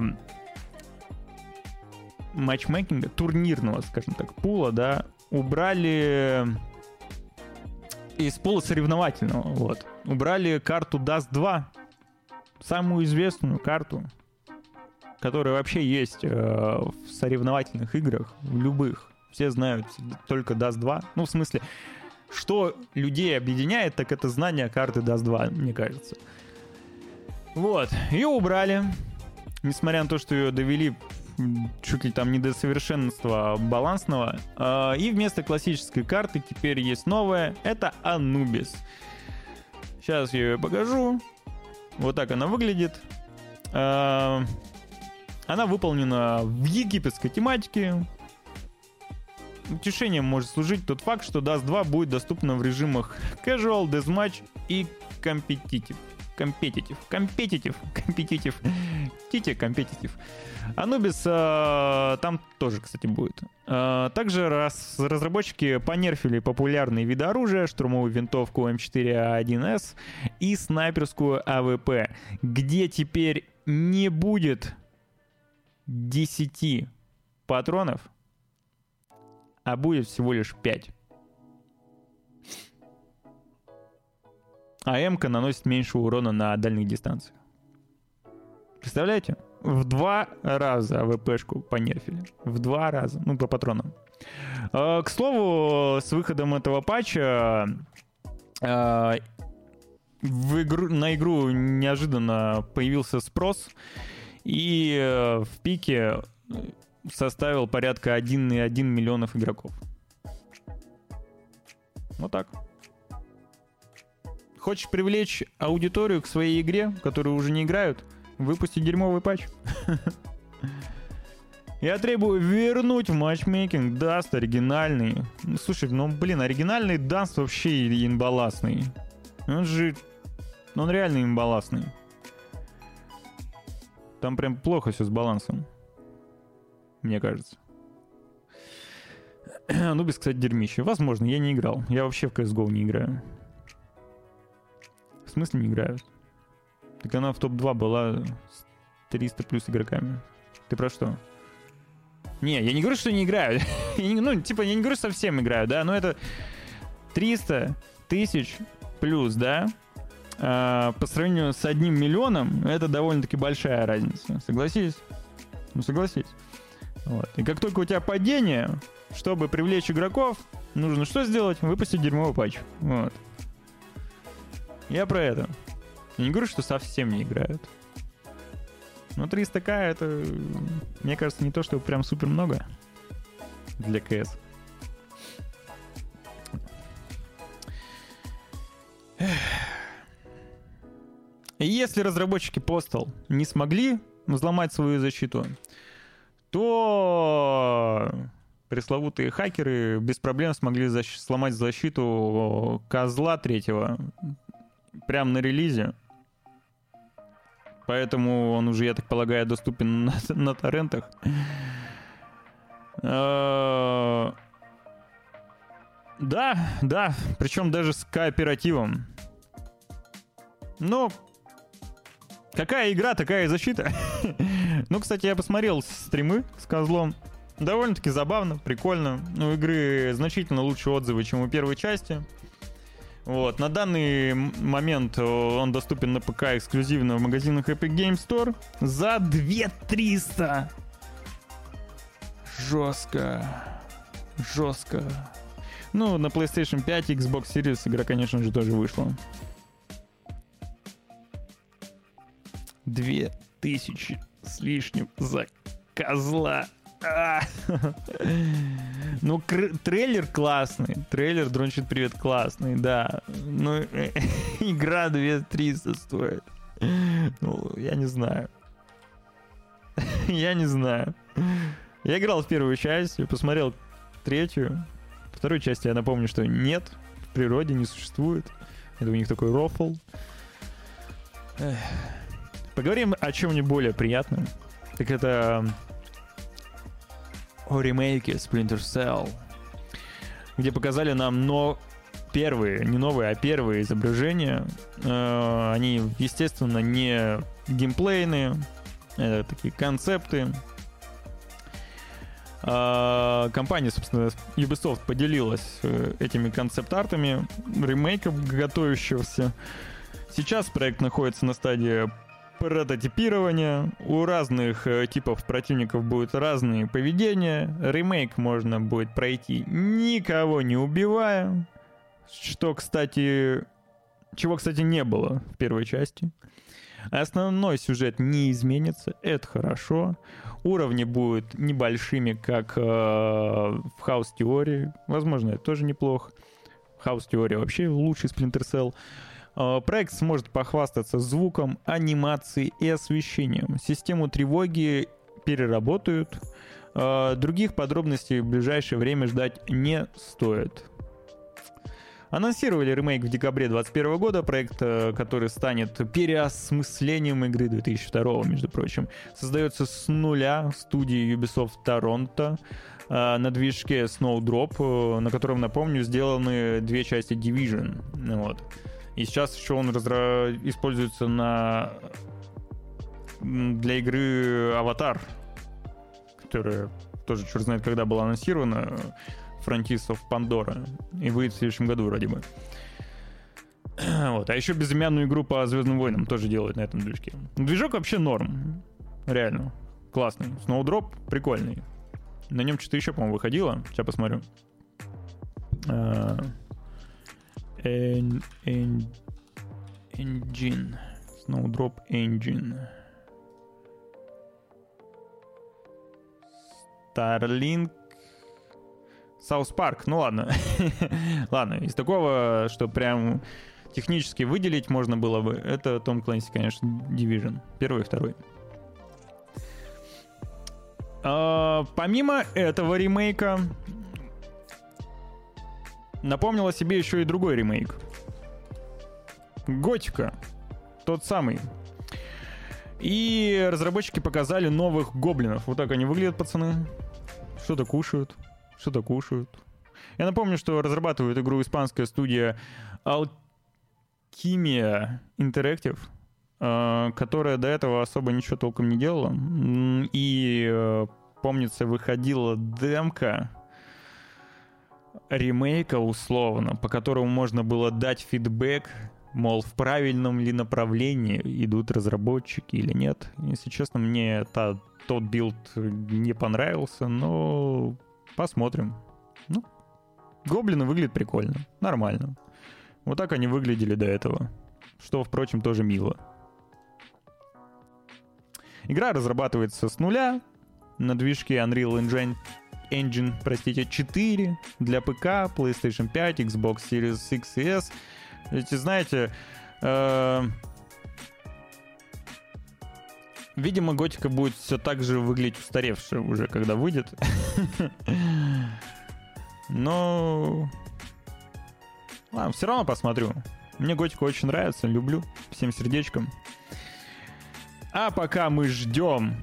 матчмейкинга, турнирного, скажем так, пула, да, убрали из пула соревновательного, вот, убрали карту Dust 2, самую известную карту, которая вообще есть в соревновательных играх, в любых. все знают только Dust 2. Ну, в смысле, что людей объединяет, так это знание карты Dust 2, мне кажется. Вот, ее убрали, несмотря на то, что ее довели чуть ли там не до совершенства балансного. И вместо классической карты теперь есть новая, это Anubis. Сейчас я ее покажу. Вот так она выглядит. Она выполнена в египетской тематике. Утешением может служить тот факт, что Dust 2 будет доступна в режимах Casual, Deathmatch и Competitive. Anubis там тоже, кстати, будет. Также разработчики понерфили популярные виды оружия, штурмовую винтовку М4А1С и снайперскую АВП, где теперь не будет 10 патронов, а будет всего лишь 5. А М-ка наносит меньше урона на дальних дистанциях. Представляете? В 2 раза АВПшку понерфили. В 2 раза. Ну, по патронам. К слову, с выходом этого патча на игру неожиданно появился спрос. И в пике составил порядка 1,1 миллионов игроков. Вот так. Хочешь привлечь аудиторию к своей игре, в которую уже не играют? Выпусти дерьмовый патч. Я требую вернуть в матчмейкинг Dust оригинальный. Ну, слушай, оригинальный Dust вообще имбаласный. Он реально имбаласный. Там прям плохо все с балансом. Мне кажется. Anubis, кстати, дерьмище. Возможно, я не играл. Я вообще в CSGO не играю. В смысле не играют? Так она в топ-2 была с 300 плюс игроками. Ты про что? Не, я не говорю, что не играю. Я не говорю, что совсем играю, да? Но это 300 тысяч плюс, да? По сравнению с 1 миллионом, это довольно-таки большая разница. Согласись? Ну, согласись. Вот. И как только у тебя падение, чтобы привлечь игроков, нужно что сделать? Выпустить дерьмовый патч. Вот. Я про это. Я не говорю, что совсем не играют. Но 300к это, мне кажется, не то, что прям супер много для КС. И если разработчики Postal не смогли взломать свою защиту, то пресловутые хакеры без проблем смогли сломать защиту Козла 3-го прямо на релизе. Поэтому он уже, я так полагаю, доступен на торрентах. Да, причем даже с кооперативом. Но какая игра, такая и защита. Ну, кстати, я посмотрел стримы с Козлом. Довольно-таки забавно, прикольно. У игры значительно лучше отзывы, чем у первой части. Вот. На данный момент он доступен на ПК эксклюзивно в магазинах Epic Games Store за 2300. Жестко. Ну, на PlayStation 5 и Xbox Series игра, конечно же, тоже вышла. 2000 с лишним за Козла. Ну, трейлер классный. Трейлер Дрончит Привет классный, да. Ну, игра 2300 стоит. Ну, я не знаю. Я играл в первую часть, посмотрел третью. Второй части я напомню, что нет. В природе не существует. Это у них такой рофл. Поговорим о чем-нибудь более приятном. Так это о ремейке Splinter Cell, где показали нам первые, не новые, а первые изображения. Они, естественно, не геймплейные, это такие концепты. Компания, собственно, Ubisoft поделилась этими концепт-артами ремейков готовящегося. Сейчас проект находится на стадии прототипирование. У разных типов противников будет разные поведения. Ремейк можно будет пройти, никого не убивая. Чего, кстати, не было в первой части. Основной сюжет не изменится, это хорошо. Уровни будут небольшими, как в House Theory. Возможно, это тоже неплохо. House Theory вообще лучший Splinter Cell. Проект сможет похвастаться звуком, анимацией и освещением. Систему тревоги переработают. Других подробностей в ближайшее время ждать не стоит. Анонсировали ремейк в декабре 2021 года, проект, который станет переосмыслением игры 2002, между прочим. Создается с нуля студии Ubisoft Toronto на движке Snowdrop, на котором, напомню, сделаны две части Division. Вот. И сейчас еще он используется для игры Avatar, которая тоже черт знает когда была анонсирована. Frontiers of Pandora. И выйдет в следующем году вроде бы. Вот. А еще безымянную игру по Звездным войнам тоже делают на этом движке. Движок вообще норм. Реально. Классный. Snowdrop прикольный. На нем что-то еще, по-моему, выходило. Сейчас посмотрю. Engine. Snowdrop Engine. Starlink. Саус Парк, ну ладно. Ладно, из такого, что прям технически выделить можно было бы, это Том Клэнси, конечно, Division. Первый и второй. Помимо этого ремейка, напомнил о себе еще и другой ремейк. Готика. Тот самый. И разработчики показали новых гоблинов. Вот так они выглядят, пацаны. Что-то кушают. Я напомню, что разрабатывает игру испанская студия Alchemia Interactive, которая до этого особо ничего толком не делала. И, помнится, выходила демка ремейка условно, по которому можно было дать фидбэк, мол, в правильном ли направлении идут разработчики или нет. Если честно, мне тот билд не понравился, но посмотрим. Ну, гоблины выглядят прикольно, нормально. Вот так они выглядели до этого. Что, впрочем, тоже мило. Игра разрабатывается с нуля на движке Unreal Engine 4 для ПК, PlayStation 5, Xbox Series X и S. Эти, знаете, видимо, Готика будет все так же выглядеть устаревшая уже, когда выйдет. Но... Ладно, все равно посмотрю. Мне Готика очень нравится, люблю. Всем сердечком. А пока мы ждем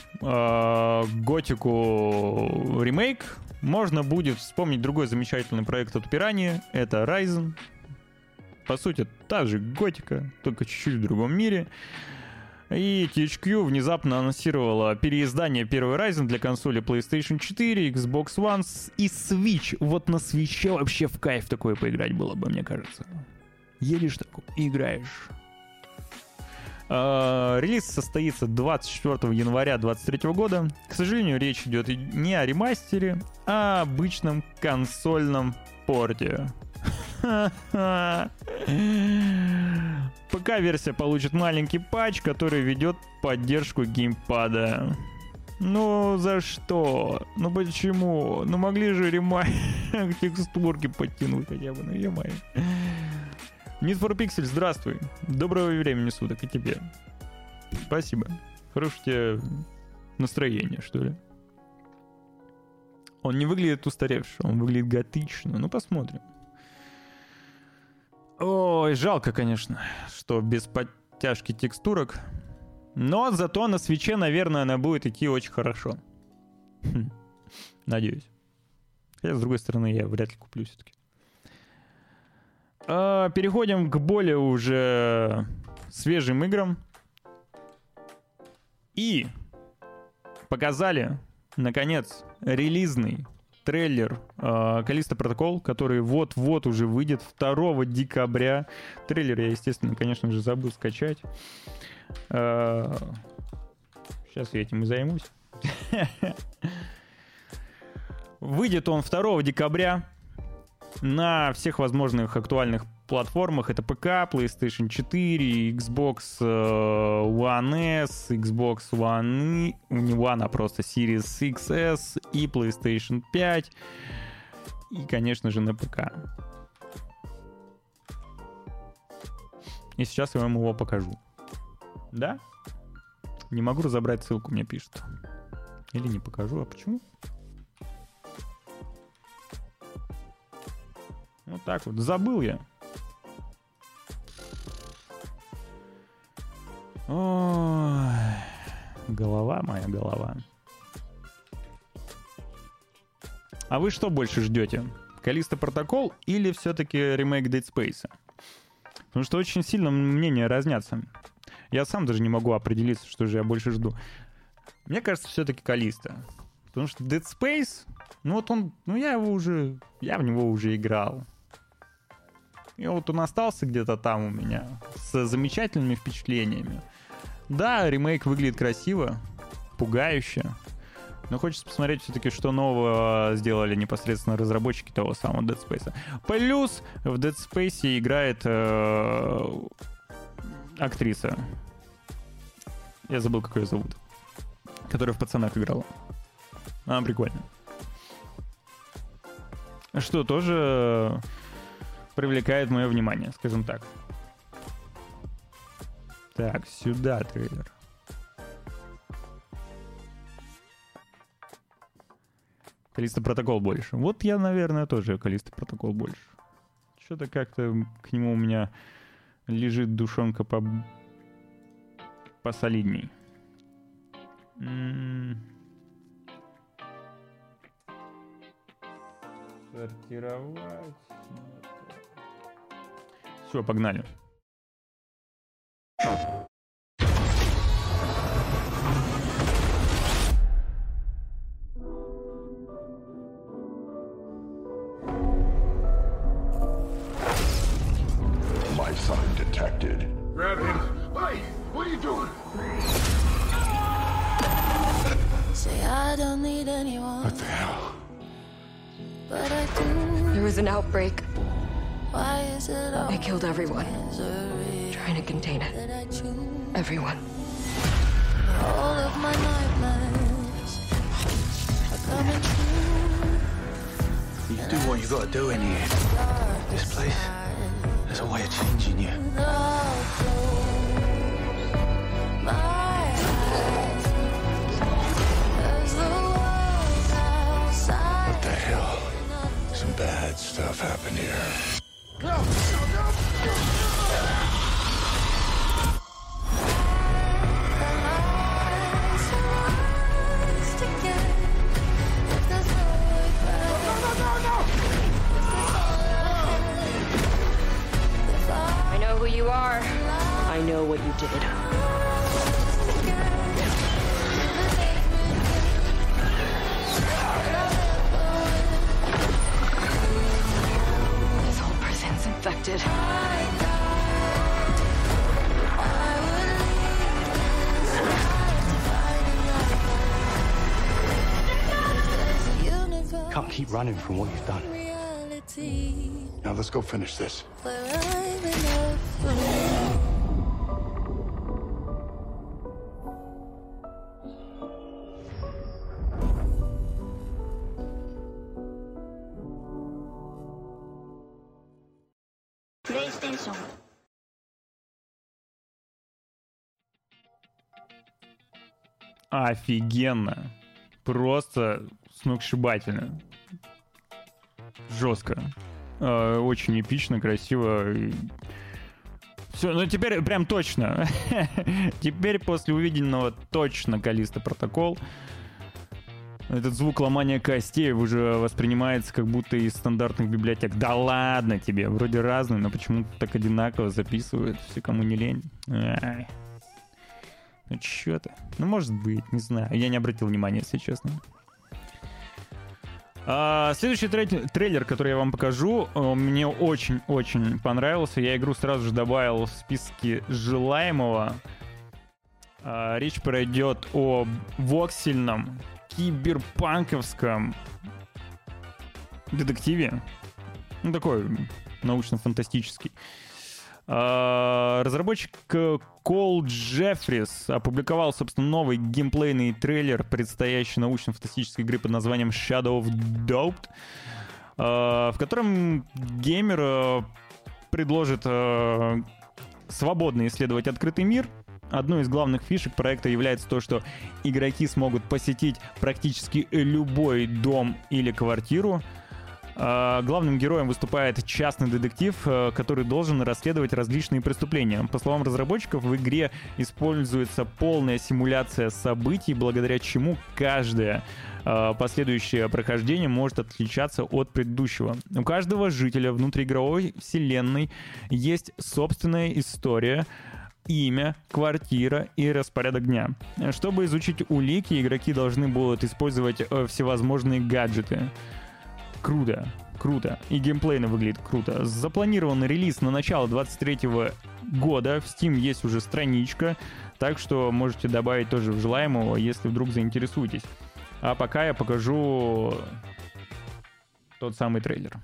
Готику ремейк, можно будет вспомнить другой замечательный проект от Piranha. Это Ryzen. По сути, та же Готика, только чуть-чуть в другом мире. И THQ внезапно анонсировала переиздание первой Ryzen для консоли PlayStation 4, Xbox One и Switch. Вот на Switch вообще в кайф такое поиграть было бы, мне кажется. Едешь такой и играешь. Релиз состоится 24 января 2023 года. К сожалению, речь идет не о ремастере, а об обычном консольном порте. ПК-версия получит маленький патч, который ведет поддержку геймпада. Ну, за что? Ну, почему? Ну, могли же текстурки подтянуть хотя бы, ну, е-мое. Need for Pixel, здравствуй. Доброго времени суток и тебе. Спасибо. Хорошего тебе настроения, что ли. Он не выглядит устаревшим, он выглядит готично. Ну, посмотрим. Ой, жалко, конечно, что без подтяжки текстурок. Но зато на свитче, наверное, она будет идти очень хорошо. Надеюсь. Хотя, с другой стороны, я вряд ли куплю все-таки. Переходим к более уже свежим играм. И показали, наконец, релизный трейлер Callisto Protocol, который вот-вот уже выйдет 2 декабря. Трейлер я, естественно, конечно же, забыл скачать. Сейчас я этим и займусь. Выйдет он 2 декабря на всех возможных актуальных платформах. Это ПК, PlayStation 4, Xbox One S, Xbox One, не One, а просто Series XS и PlayStation 5. И, конечно же, на ПК. И сейчас я вам его покажу. Да? Не могу разобрать ссылку, мне пишут. Или не покажу, а почему? Вот так вот. Забыл я. Ой, голова моя, голова. А вы что больше ждете? Callisto Protocol или все-таки ремейк Dead Space? Потому что очень сильно мнения разнятся. Я сам даже не могу определиться, что же я больше жду. Мне кажется, все-таки Callisto. Потому что Dead Space, ну вот он, ну я в него уже играл. И вот он остался где-то там у меня с замечательными впечатлениями. Да, ремейк выглядит красиво, пугающе. Но хочется посмотреть все-таки, что нового сделали непосредственно разработчики того самого Dead Space. Плюс в Dead Space играет актриса. Я забыл, как ее зовут. Которая в «Пацанах» играла. Она прикольная. Что тоже привлекает мое внимание, скажем так. Так, сюда трейлер. Callisto Protocol больше. Вот я, наверное, тоже Callisto Protocol больше. Что-то как-то к нему у меня лежит душонка посолидней. Сортировать. Все, погнали. My son detected. Grab him. Hey, what are you doing? Say I don't need anyone, What the hell? but I do. There was an outbreak. Why is it all They killed everyone, misery trying to contain it. that I choose? Everyone. All of my nightmares are coming true. You do what you gotta do in here. This place, there's a way of changing you. I'll close my eyes as the world outside. What the hell? Some bad stuff happened here. I know who you are. I know what you did. This whole prison's infected. Can't keep running from what you've done. Now let's go finish this. PlayStation. Офигенно. Просто сногсшибательно. Жестко. Очень эпично, красиво. Все, ну теперь прям точно. Теперь после увиденного точно Callisto Protocol. Этот звук ломания костей уже воспринимается как будто из стандартных библиотек. Да ладно тебе, вроде разные, но почему-то так одинаково записывают. Все, кому не лень. Ай. Ну чё-то. Ну может быть, не знаю. Я не обратил внимания, если честно. Следующий трейлер, который я вам покажу, мне очень-очень понравился. Я игру сразу же добавил в списки желаемого. Речь пройдет о воксельном, киберпанковском детективе. Ну, такой научно-фантастический. Разработчик Кол Джеффрис опубликовал, собственно, новый геймплейный трейлер предстоящей научно-фантастической игры под названием Shadow of Doubt, в котором геймер предложит свободно исследовать открытый мир. Одной из главных фишек проекта является то, что игроки смогут посетить практически любой дом или квартиру. Главным героем выступает частный детектив, который должен расследовать различные преступления. По словам разработчиков, в игре используется полная симуляция событий, благодаря чему каждое последующее прохождение может отличаться от предыдущего. У каждого жителя внутриигровой вселенной есть собственная история, имя, квартира и распорядок дня. Чтобы изучить улики, игроки должны будут использовать всевозможные гаджеты. Круто. И геймплейно выглядит круто. Запланирован релиз на начало 23-го года. В Steam есть уже страничка, так что можете добавить тоже в желаемого, если вдруг заинтересуетесь. А пока я покажу тот самый трейлер.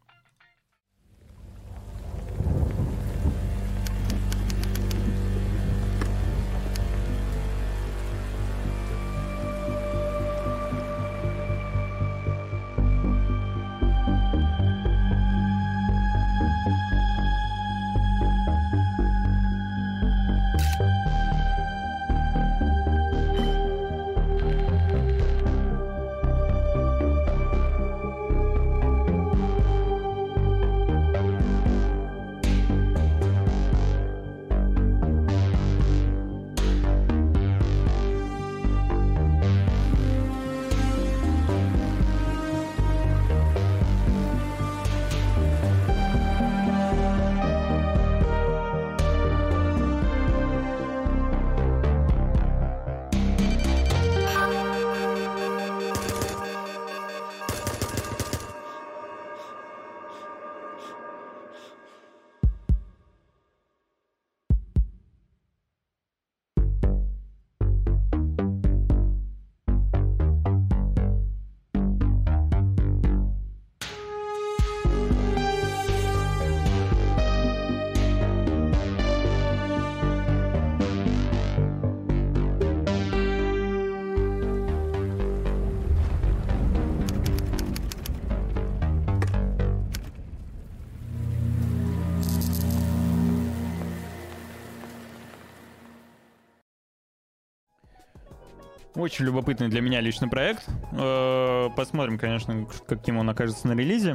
Очень любопытный для меня личный проект. Посмотрим, конечно, каким он окажется на релизе.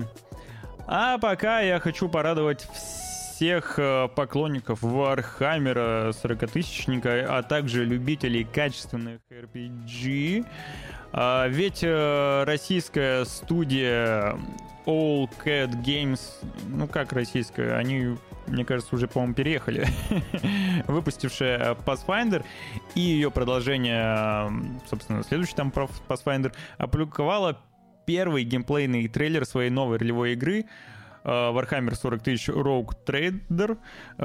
А пока я хочу порадовать всех поклонников Warhammer 40-тысячника, а также любителей качественных RPG. Ведь российская студия All Cat Games, ну как российская, они, мне кажется, уже, по-моему, переехали, выпустившая Pathfinder и ее продолжение, собственно, следующий там Pathfinder, опубликовала первый геймплейный трейлер своей новой ролевой игры Warhammer 40 тысяч Rogue Trader.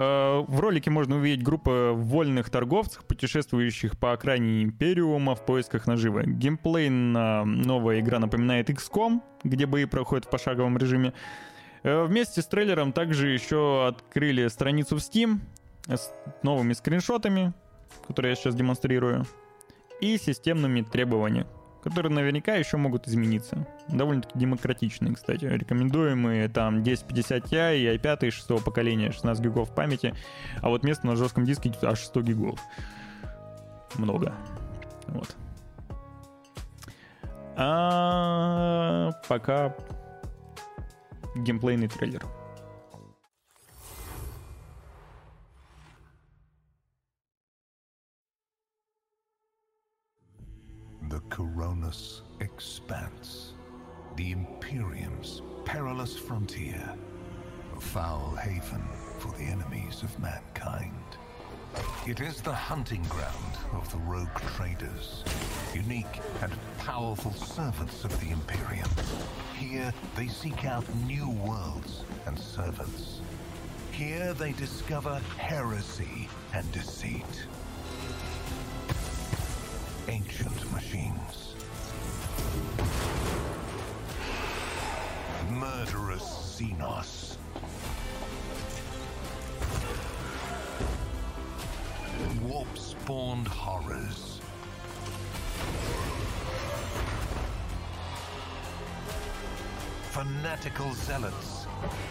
В ролике можно увидеть группу вольных торговцев, путешествующих по окраине Империума в поисках наживы. Геймплейно новая игра напоминает XCOM, где бои проходят в пошаговом режиме. Вместе с трейлером также еще открыли страницу в Steam с новыми скриншотами, которые я сейчас демонстрирую, и системными требованиями, которые наверняка еще могут измениться. Довольно-таки демократичные, кстати. Рекомендуемые там 1050 Ti и i5 6-го поколения, 16 гигов памяти, а вот место на жестком диске аж 100 гигов. Много. Вот. А пока геймплейный трейлер. The Coronis Expanse, the Imperium's perilous frontier, a foul haven for the enemies of mankind. It is the hunting ground of the rogue traders, unique and powerful servants of the Imperium. Here they seek out new worlds and servants. Here they discover heresy and deceit. ancient machines. Murderous Xenos. Warp-spawned horrors. Fanatical zealots.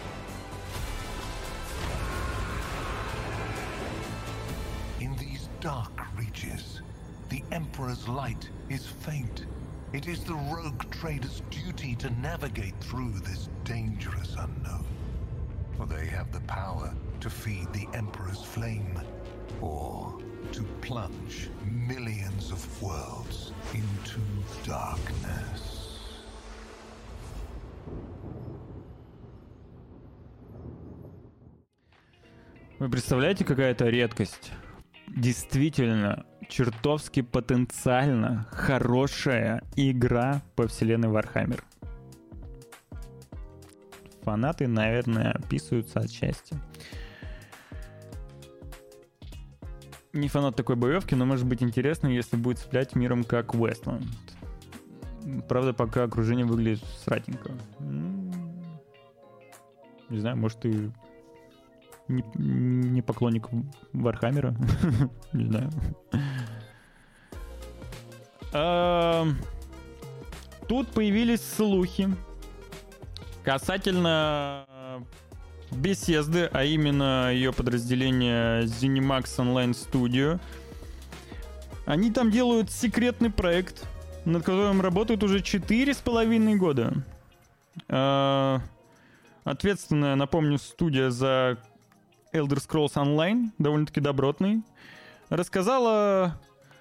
In these dark reaches, the Emperor's light is faint. It is the rogue trader's duty to navigate through this dangerous unknown. For they have the power to feed the Emperor's flame, or to plunge millions of worlds into darkness. Вы представляете, какая это редкость? Действительно, чертовски потенциально хорошая игра по вселенной Warhammer. Фанаты, наверное, описываются от счастья. Не фанат такой боевки, но может быть интересно, если будет цеплять миром как Westland. Правда, пока окружение выглядит сратенько. Не знаю, может и не поклонник Вархаммера. Не знаю. Тут появились слухи касательно Bethesda, а именно ее подразделение ZeniMax Online Studio. Они там делают секретный проект, над которым работают уже 4,5 года. Ответственная, напомню, студия за Elder Scrolls Online, довольно-таки добротный, рассказал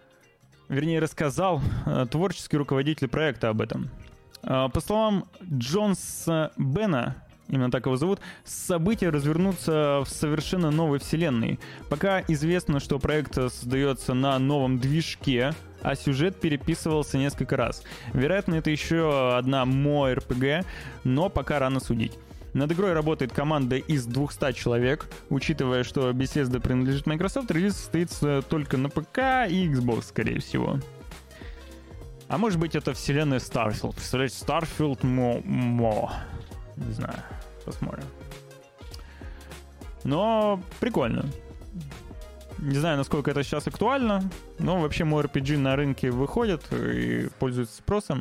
творческий руководитель проекта об этом. По словам Джонса Бена, именно так его зовут, события развернутся в совершенно новой вселенной. Пока известно, что проект создается на новом движке, а сюжет переписывался несколько раз. Вероятно, это еще одна MMORPG, но пока рано судить. Над игрой работает команда из 200 человек. Учитывая, что Bethesda принадлежит Microsoft, релиз состоится только на ПК и Xbox, скорее всего. А может быть, это вселенная Starfield. Представляете, Starfield Не знаю, посмотрим. Но прикольно. Не знаю, насколько это сейчас актуально, но вообще MMORPG на рынке выходят и пользуются спросом.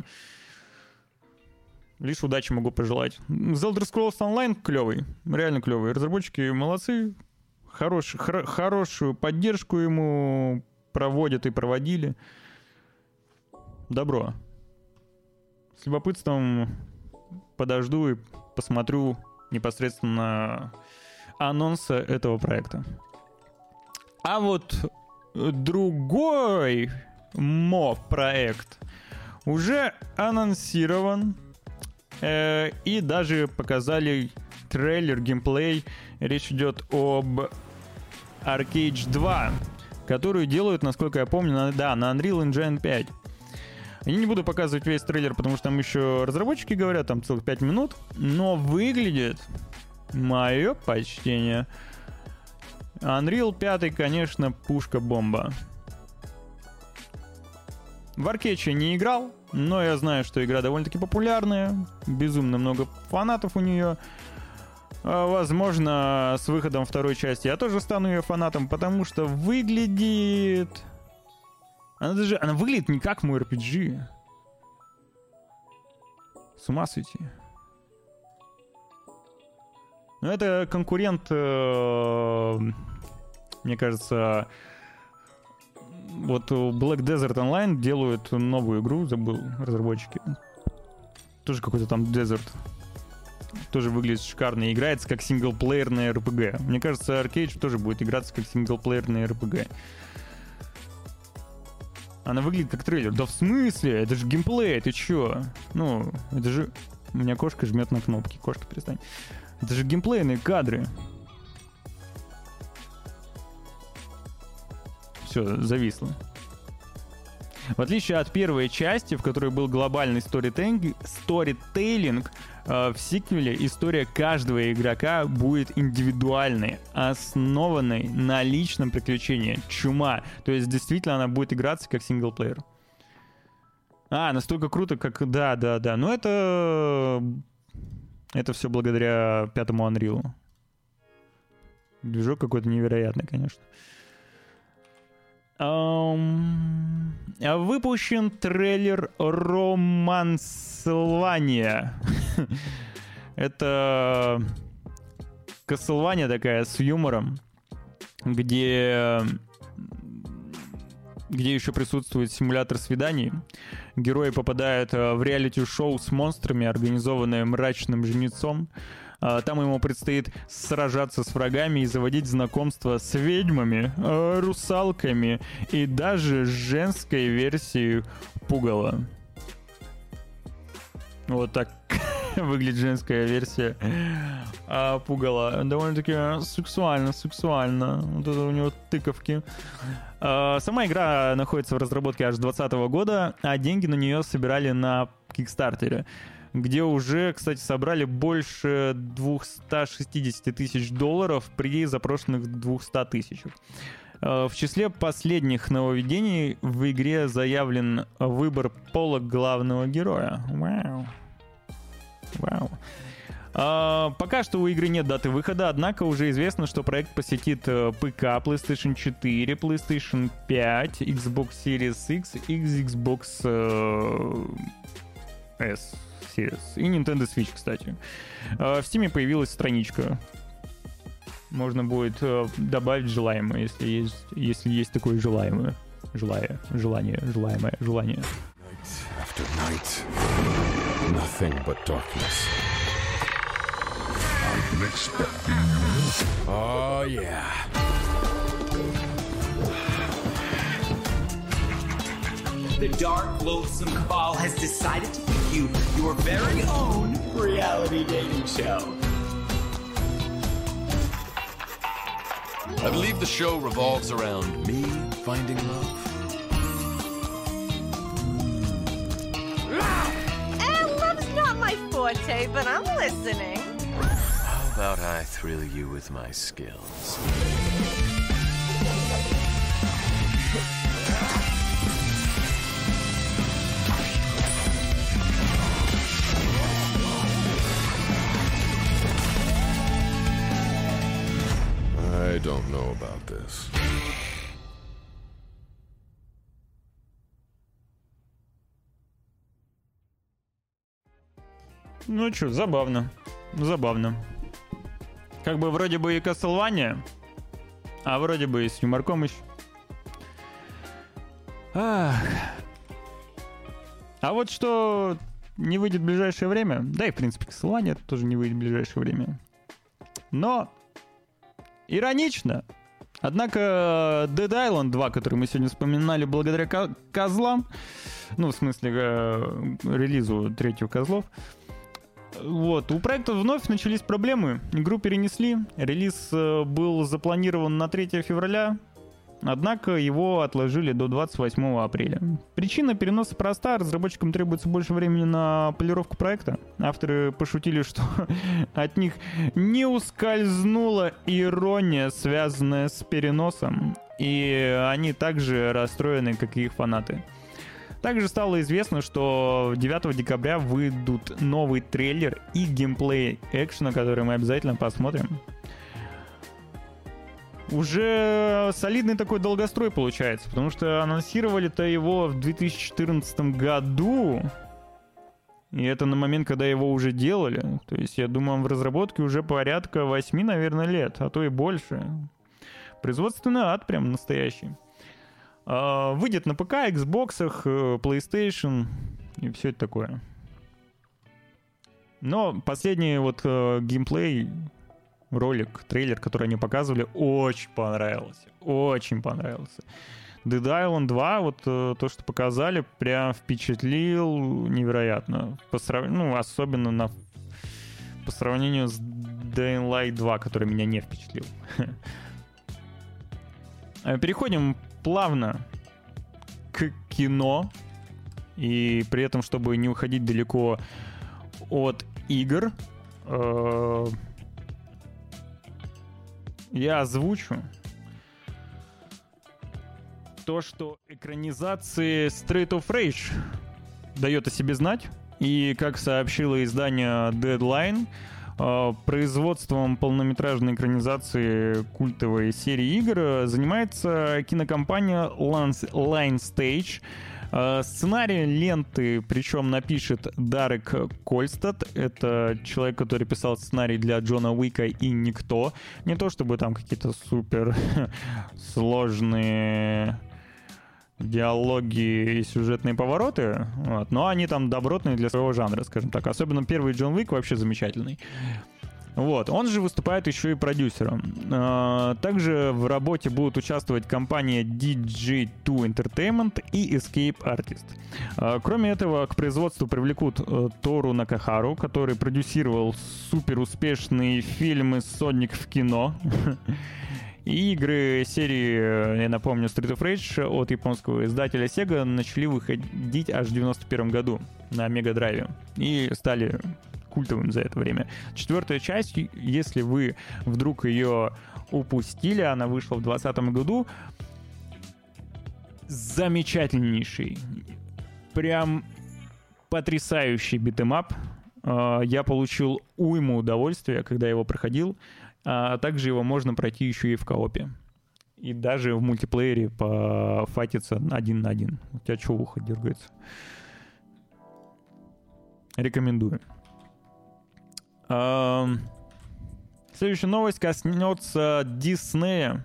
Лишь удачи могу пожелать. The Elder Scrolls Online клевый, реально клевый. Разработчики молодцы, хорошую поддержку ему проводят и проводили. Добро. С любопытством подожду и посмотрю непосредственно анонсы этого проекта. А вот другой проект уже анонсирован. И даже показали трейлер, геймплей. Речь идет об Arcade 2, которую делают, насколько я помню, на Unreal Engine 5. Я не буду показывать весь трейлер, потому что там еще разработчики говорят, там целых 5 минут. Но выглядит, мое почтение, Unreal 5, конечно, пушка-бомба. В Arcade я не играл, но я знаю, что игра довольно-таки популярная, безумно много фанатов у нее. Возможно, с выходом второй части я тоже стану ее фанатом, потому что выглядит... Она выглядит не как мой RPG. С ума сойти. Но это конкурент, мне кажется... Вот Black Desert Online делают новую игру, забыл, разработчики. Тоже какой-то там Desert. Тоже выглядит шикарно и играется как синглплеерная RPG. Мне кажется, Arcade тоже будет играться как синглплеерная RPG. Она выглядит как трейлер. Да в смысле? Это же геймплей, ты чё? Ну, это же... У меня кошка жмет на кнопки. Кошка, перестань. Это же геймплейные кадры. Все, зависло. В отличие от первой части, в которой был глобальный сторитейлинг, в сиквеле история каждого игрока будет индивидуальной, основанной на личном приключении. Чума. То есть действительно она будет играться как синглплеер. Настолько круто, как... Да. Но это все благодаря 5-му Unreal. Движок какой-то невероятный, конечно. Выпущен трейлер Романсилвания. Это Castlevania такая с юмором, где еще присутствует симулятор свиданий. Герои попадают в реалити-шоу с монстрами, организованное мрачным жнецом. Там ему предстоит сражаться с врагами и заводить знакомства с ведьмами, русалками и даже женской версией Пугала. Вот так выглядит женская версия Пугала. Довольно-таки сексуально. Вот это у него тыковки. Сама игра находится в разработке аж 2020 года, а деньги на нее собирали на Кикстартере, где уже, кстати, собрали больше 260 тысяч долларов при запрошенных 200 тысячах. В числе последних нововведений в игре заявлен выбор пола главного героя. Вау. Пока что у игры нет даты выхода, однако уже известно, что проект посетит ПК, PlayStation 4, PlayStation 5, Xbox Series X и Xbox S Series и Nintendo Switch, кстати. В Steam появилась страничка. Можно будет добавить желаемое, если есть такое желаемое. Желание. Night after night, nothing but darkness. I'm expecting you. Oh yeah. The dark, loathsome cabal has decided to give you your very own reality dating show. I believe the show revolves around me finding love. Love's not my forte, but I'm listening. How about I thrill you with my skills? I don't know about this. Ну чё, забавно. Как бы вроде бы и Castlevania, а вроде бы и с юморком еще. А вот что не выйдет в ближайшее время, да и в принципе Castlevania тоже не выйдет в ближайшее время. Но иронично. Однако Dead Island 2, который мы сегодня вспоминали благодаря козлам, ну, в смысле, релизу третьих козлов, вот, у проекта вновь начались проблемы. Игру перенесли. Релиз был запланирован на 3 февраля, однако его отложили до 28 апреля. Причина переноса проста. Разработчикам требуется больше времени на полировку проекта. Авторы пошутили, что от них не ускользнула ирония, связанная с переносом. И они также расстроены, как и их фанаты. Также стало известно, что 9 декабря выйдут новый трейлер и геймплей экшена, который мы обязательно посмотрим. Уже солидный такой долгострой получается, потому что анонсировали-то его в 2014 году, и это на момент, когда его уже делали. То есть, я думаю, в разработке уже порядка 8, наверное, лет, а то и больше. Производственный ад прям настоящий. Выйдет на ПК, Xbox, PlayStation и все это такое. Но последний вот геймплей, ролик, трейлер, который они показывали, очень понравился. Dead Island 2, вот то, что показали, прям впечатлил невероятно. Особенно по сравнению с Dying Light 2, который меня не впечатлил. Переходим плавно к кино. И при этом, чтобы не уходить далеко от игр, я озвучу то, что экранизации Street of Rage дает о себе знать. И, как сообщило издание Deadline, производством полнометражной экранизации культовой серии игр занимается кинокомпания Line Stage. Сценарий ленты, причем напишет Дарек Кольстад. Это человек, который писал сценарий для Джона Уика и «Никто». Не то чтобы там какие-то супер сложные диалоги и сюжетные повороты, вот, но они там добротные для своего жанра, скажем так. Особенно первый Джон Уик вообще замечательный. Вот. Он же выступает еще и продюсером. Также в работе будут участвовать компания DJ2 Entertainment и Escape Artist. Кроме этого, к производству привлекут Тору Накахару, который продюсировал суперуспешные фильмы «Соник в кино». И игры серии, я напомню, Street of Rage от японского издателя Sega начали выходить аж в 91 году на Mega Drive и стали культовым за это время. 4-я часть, если вы вдруг ее упустили, она вышла в 2020 году. Замечательнейший, прям потрясающий битэмап. Я получил уйму удовольствия, когда его проходил. А также его можно пройти еще и в коопе. И даже в мультиплеере пофайтиться 1 на 1. У тебя что, ухо дергается? Рекомендую. Следующая новость коснется Диснея.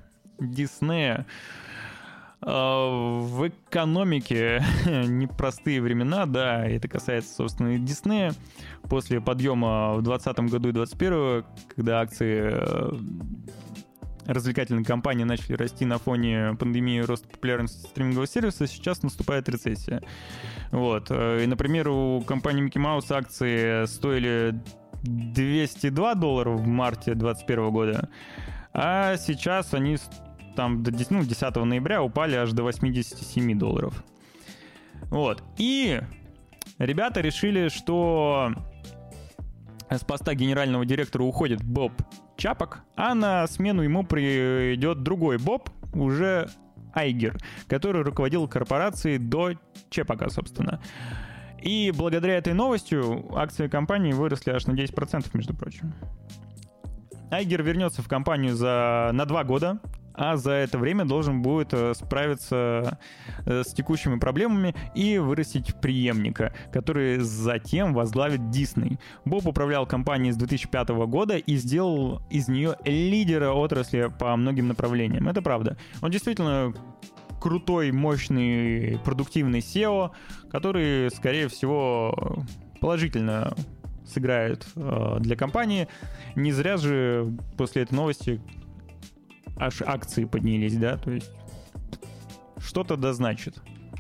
В экономике непростые времена, да, это касается, собственно, и Диснея. После подъема в 2020 году и 2021, когда акции развлекательной компании начали расти на фоне пандемии и роста популярности стримингового сервиса, сейчас наступает рецессия. Вот. И, например, у компании Mickey Mouse акции стоили $202 в марте 2021 года, а сейчас они там до 10 ноября упали аж до $87. Вот. И ребята решили, что с поста генерального директора уходит Боб Чапок, а на смену ему придет другой Боб, уже Айгер, который руководил корпорацией до Чапока, собственно. И благодаря этой новости акции компании выросли аж на 10%, между прочим. Айгер вернется в компанию на 2 года, а за это время должен будет справиться с текущими проблемами и вырастить преемника, который затем возглавит Дисней. Боб управлял компанией с 2005 года и сделал из нее лидера отрасли по многим направлениям. Это правда. Он действительно крутой, мощный, продуктивный SEO, который, скорее всего, положительно сыграет для компании. Не зря же после этой новости аж акции поднялись, да, то есть что-то да значит.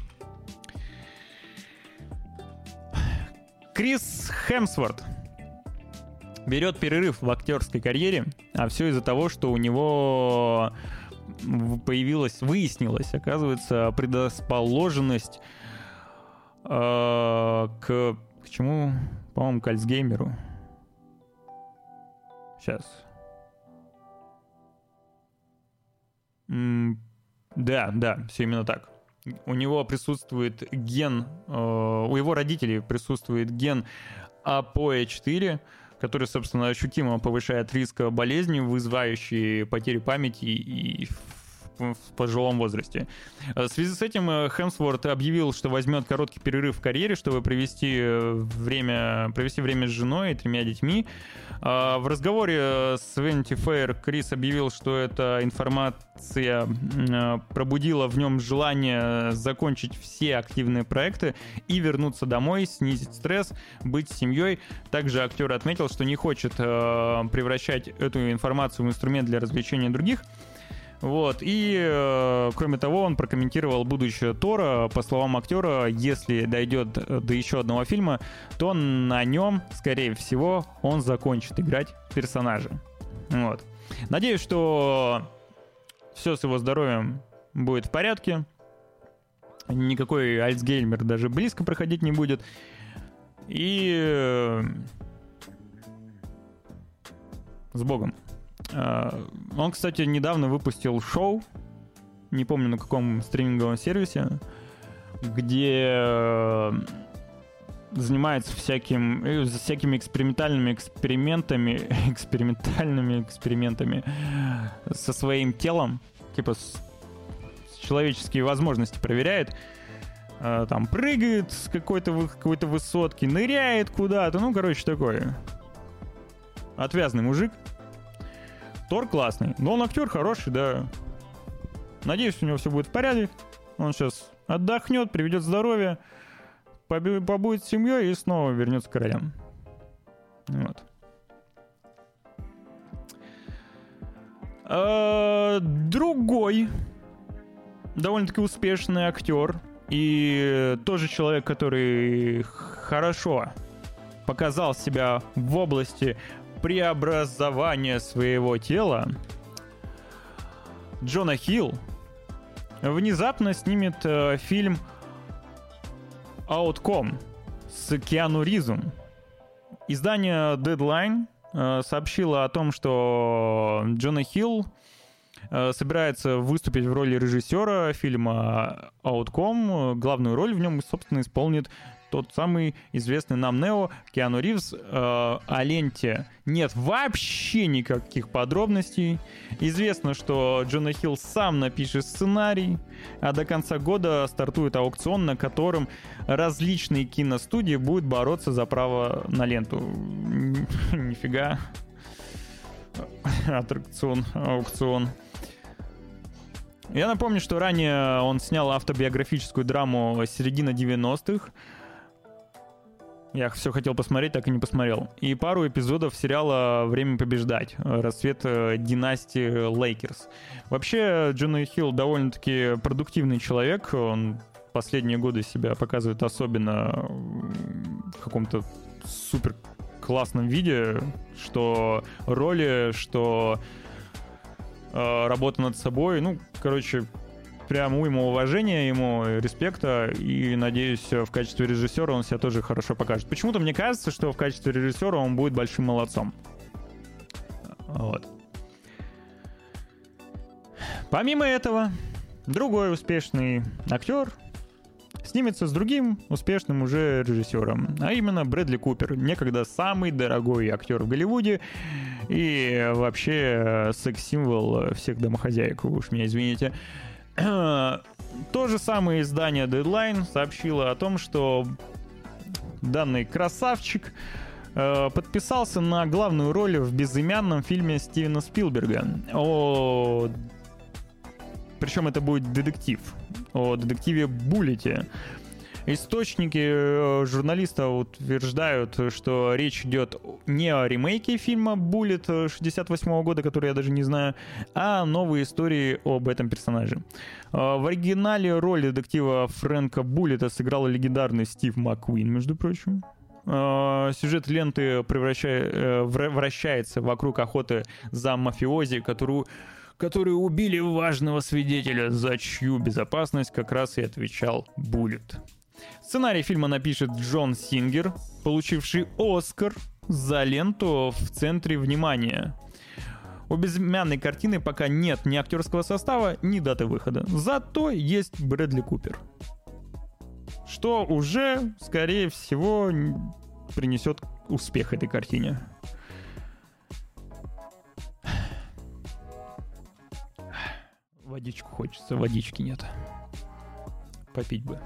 Крис Хемсворт берет перерыв в актерской карьере, а все из-за того, что у него выяснилась, оказывается, предрасположенность к чему? По-моему, к Альцгеймеру. Сейчас. Да, все именно так. У него присутствует ген, у его родителей присутствует ген APOE4, который, собственно, ощутимо повышает риск болезни, вызывающей потерю памяти и в пожилом возрасте. В связи с этим Хемсворт объявил, что возьмет короткий перерыв в карьере, чтобы провести время с женой и 3 детьми. В разговоре с Vanity Fair Крис объявил, что эта информация пробудила в нем желание закончить все активные проекты и вернуться домой, снизить стресс, быть с семьей. Также актер отметил, что не хочет превращать эту информацию в инструмент для развлечения других. Вот, и, кроме того, он прокомментировал будущее Тора. По словам актера, если дойдет до еще одного фильма, то на нем, скорее всего, он закончит играть персонажа. Вот. Надеюсь, что все с его здоровьем будет в порядке. Никакой Альцгеймер даже близко проходить не будет. И с Богом. Он, кстати, недавно выпустил шоу, не помню на каком стриминговом сервисе, где занимается всякими экспериментальными экспериментами со своим телом, типа человеческие возможности проверяет, там прыгает с какой-то высотки, ныряет куда-то, ну, короче, такой отвязный мужик. Тор классный, но он актер хороший, да. Надеюсь, у него все будет в порядке. Он сейчас отдохнет, приведет здоровье, побудет с семьей и снова вернется к королям. Вот. Другой довольно-таки успешный актер и тоже человек, который хорошо показал себя в области преобразования своего тела, Джона Хилл, внезапно снимет фильм Outcome с Киану Ривзом. Издание Deadline сообщило о том, что Джона Хилл собирается выступить в роли режиссера фильма Outcome. Главную роль в нем, собственно, исполнит тот самый известный нам Нео Киану Ривз. О ленте нет вообще никаких подробностей. Известно, что Джона Хилл сам напишет сценарий, а до конца года стартует аукцион, на котором различные киностудии будут бороться за право на ленту. Нифига. Аукцион. Я напомню, что ранее он снял автобиографическую драму середины 90-х. Я все хотел посмотреть, так и не посмотрел. И пару эпизодов сериала «Время побеждать. Расцвет династии Лейкерс». Вообще, Джона Хилл довольно-таки продуктивный человек. Он последние годы себя показывает особенно в каком-то супер классном виде. Что роли, что работа над собой. Ну, короче, прям уйма уважения ему, респекта, и, надеюсь, в качестве режиссера он себя тоже хорошо покажет. Почему-то мне кажется, что в качестве режиссера он будет большим молодцом. Вот. Помимо этого, другой успешный актер снимется с другим успешным уже режиссером, а именно Брэдли Купер, некогда самый дорогой актер в Голливуде и вообще секс-символ всех домохозяек, уж меня извините. То же самое издание Deadline сообщило о том, что данный красавчик подписался на главную роль в безымянном фильме Стивена Спилберга. Причем это будет детектив. О детективе Буллете. Источники журналиста утверждают, что речь идет не о ремейке фильма «Буллет» 68 года, который я даже не знаю, а о новой истории об этом персонаже. В оригинале роль детектива Фрэнка Буллета сыграл легендарный Стив Маккуин, между прочим. Сюжет ленты вращается вокруг охоты за мафиози, которые убили важного свидетеля, за чью безопасность как раз и отвечал Буллет. Сценарий фильма напишет Джон Сингер, получивший Оскар за ленту «В центре внимания». У безымянной картины пока нет ни актерского состава, ни даты выхода. Зато есть Брэдли Купер. Что уже, скорее всего, принесет успех этой картине. Водичку хочется, водички нет. Попить бы.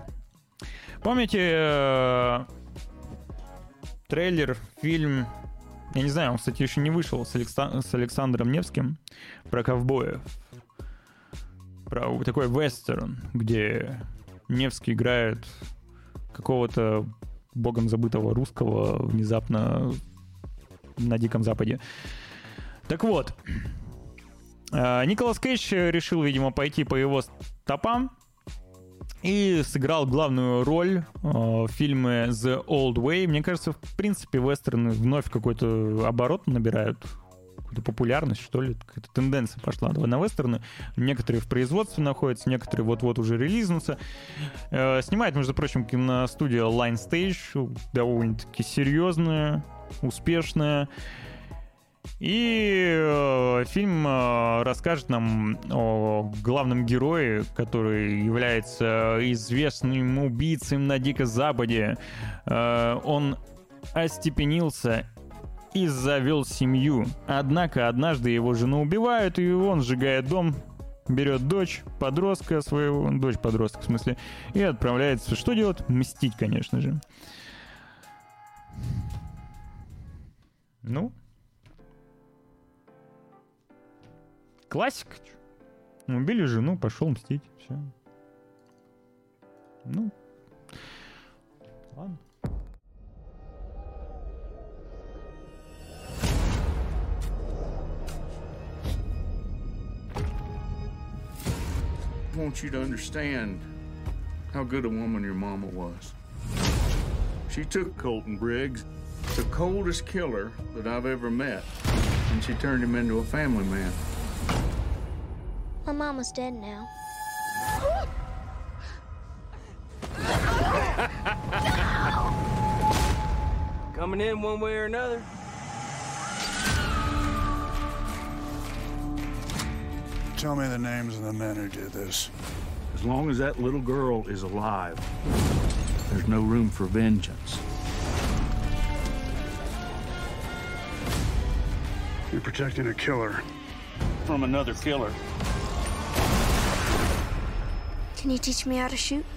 Помните трейлер, фильм, я не знаю, он, кстати, еще не вышел, с Александром Невским, про ковбоев. Про такой вестерн, где Невский играет какого-то богом забытого русского внезапно на Диком Западе. Так вот, Николас Кейдж решил, видимо, пойти по его стопам и сыграл главную роль в фильме The Old Way. Мне кажется, в принципе, вестерны вновь какой-то оборот набирают, какую-то популярность, что ли, какая-то тенденция пошла на вестерны. Некоторые в производстве находятся, некоторые вот-вот уже релизнутся. Снимает, между прочим, киностудия Line Stage, довольно-таки серьезная, успешная. И фильм расскажет нам о главном герое, который является известным убийцей на Диком Западе. Он остепенился и завел семью. Однако однажды его жену убивают, и он сжигает дом, берет дочь подростка своего, дочь-подростка в смысле, и отправляется, что делать? Мстить, конечно же. Ну, классика. Убили жену, пошел мстить. Все. Ну, ладно. I want you to understand how good a woman your mama was. She took Colton Briggs, the coldest killer that I've ever met, and she turned him into a family man. My mama's dead now. Coming in one way or another. Tell me the names of the men who did this. As long as that little girl is alive, there's no room for vengeance. You're protecting a killer From another killer. Can you teach me how to shoot?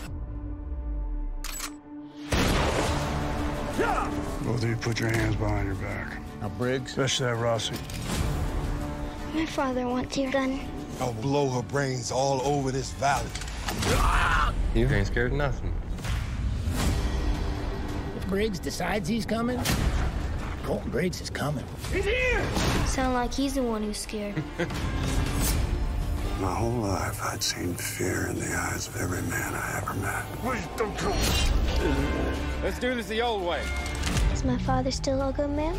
Both of you put your hands behind your back. Now, Briggs. Especially that Rossi. My father wants your gun. I'll blow her brains all over this valley. You ain't scared of nothing. If Briggs decides he's coming, Colton Briggs is coming. He's here! Sound like he's the one who's scared. My whole life, I'd seen fear in the eyes of every man I ever met. Please don't come. Let's do this the old way. Is my father still a good man?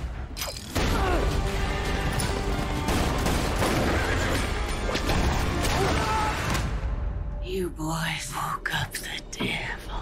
You boys woke up the devil.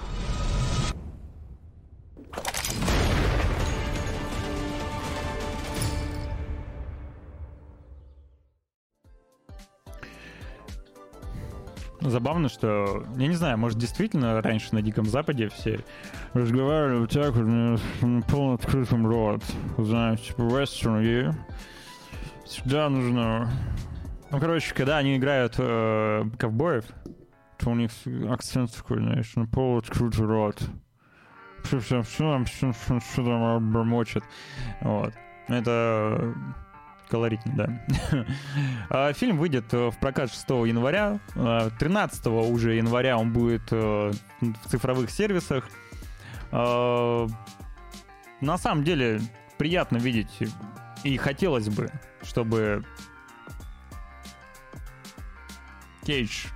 Забавно, что, я не знаю, может, действительно раньше на Диком Западе все разговаривали вот так вот, полным открытым рот. Знаете, типа western view. Всегда нужно... Ну, короче, когда они играют ковбоев, то у них акцент такой, знаешь, на полуоткрытый рот. Все там бормочет. Вот. Это... колоритно, да. Фильм выйдет в прокат 6 января. 13 уже января он будет в цифровых сервисах. На самом деле приятно видеть, и хотелось бы, чтобы Кейдж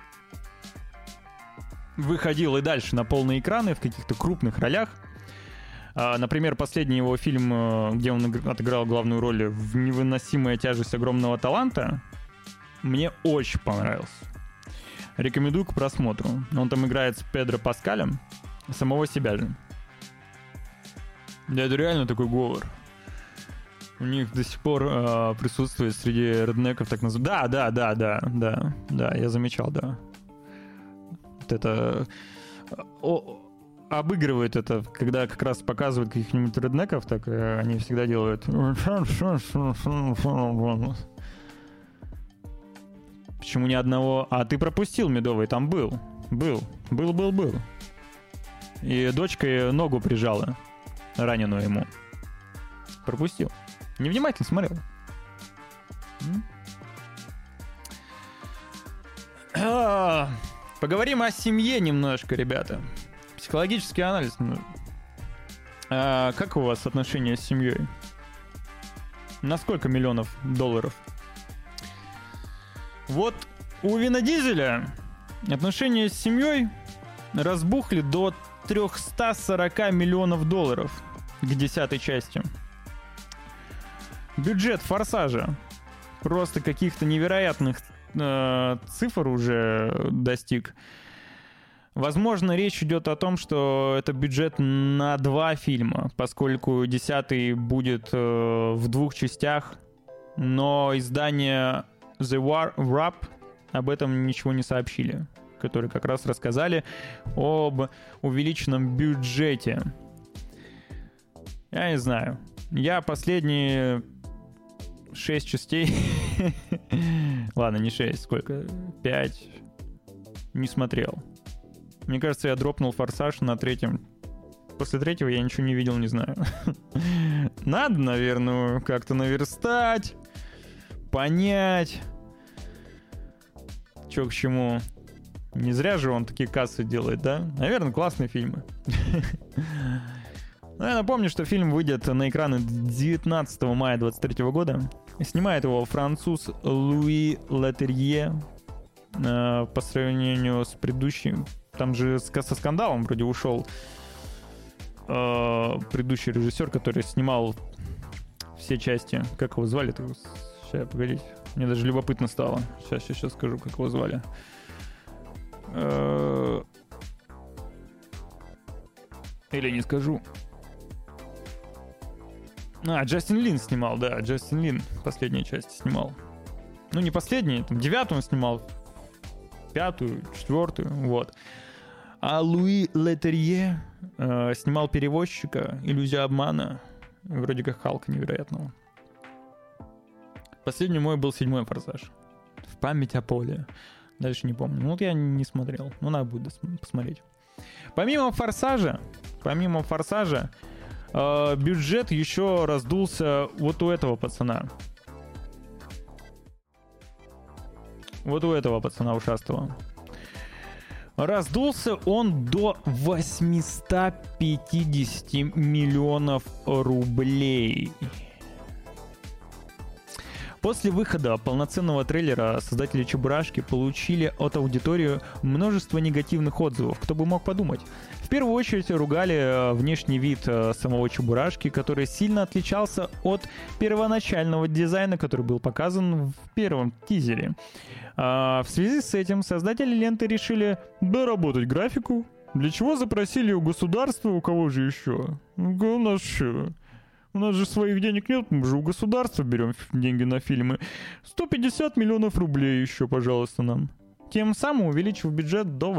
выходил и дальше на полные экраны в каких-то крупных ролях. Например, последний его фильм, где он отыграл главную роль в «Невыносимая тяжесть огромного таланта», мне очень понравился. Рекомендую к просмотру. Он там играет с Педро Паскалем, самого себя же. Да, это реально такой говор. У них до сих пор присутствует среди реднеков так называемый... Да, я замечал, да. Вот это... обыгрывают это, когда как раз показывают каких-нибудь реднеков, так они всегда делают. Почему ни одного? А ты пропустил, Медовый, там был. Был. И дочка ногу прижала, раненую ему. Пропустил. Невнимательно смотрел. Поговорим о семье немножко, ребята. Психологический анализ. Как у вас отношения с семьей? На сколько миллионов долларов? Вот у Вина Дизеля отношения с семьей разбухли до 340 миллионов долларов к 10-й части. Бюджет «Форсажа» просто каких-то невероятных цифр уже достиг. Возможно, речь идет о том, что это бюджет на 2 фильма, поскольку 10-й будет в 2 частях, но издание The Wrap об этом ничего не сообщили, которые как раз рассказали об увеличенном бюджете. Я не знаю. Я последние 6 частей... Ладно, не 6, сколько? 5 не смотрел. Мне кажется, я дропнул «Форсаж» на 3-м. После 3-го я ничего не видел, не знаю. Надо, наверное, как-то наверстать, понять, чё к чему. Не зря же он такие кассы делает, да? Наверное, классные фильмы. Я напомню, что фильм выйдет на экраны 19 мая 2023 года. Снимает его француз Луи Летерье. По сравнению с предыдущим... Там же со скандалом вроде ушел предыдущий режиссер, который снимал все части. Как его звали-то? Сейчас, погодите. Мне даже любопытно стало. Сейчас скажу, как его звали. Или не скажу. Джастин Лин снимал, да. Джастин Лин последнюю часть снимал. Ну, не последнюю, там 9-ю он снимал. 5-ю, 4-ю, вот. А Луи Летерье снимал «Перевозчика», «Иллюзия обмана», вроде как Халка невероятного. Последний мой был 7-й «Форсаж». В память о поле. Дальше не помню. Ну, вот я не смотрел. Ну, надо будет посмотреть. Помимо «Форсажа», бюджет еще раздулся вот у этого пацана. Вот у этого пацана ушастого. Раздулся он до 850 миллионов рублей. После выхода полноценного трейлера создатели Чебурашки получили от аудитории множество негативных отзывов. Кто бы мог подумать. В первую очередь ругали внешний вид самого Чебурашки, который сильно отличался от первоначального дизайна, который был показан в первом тизере. В связи с этим создатели ленты решили доработать графику, для чего запросили у государства, у кого же еще? У нас же своих денег нет, мы же у государства берем деньги на фильмы. 150 миллионов рублей еще, пожалуйста, нам. Тем самым увеличив бюджет до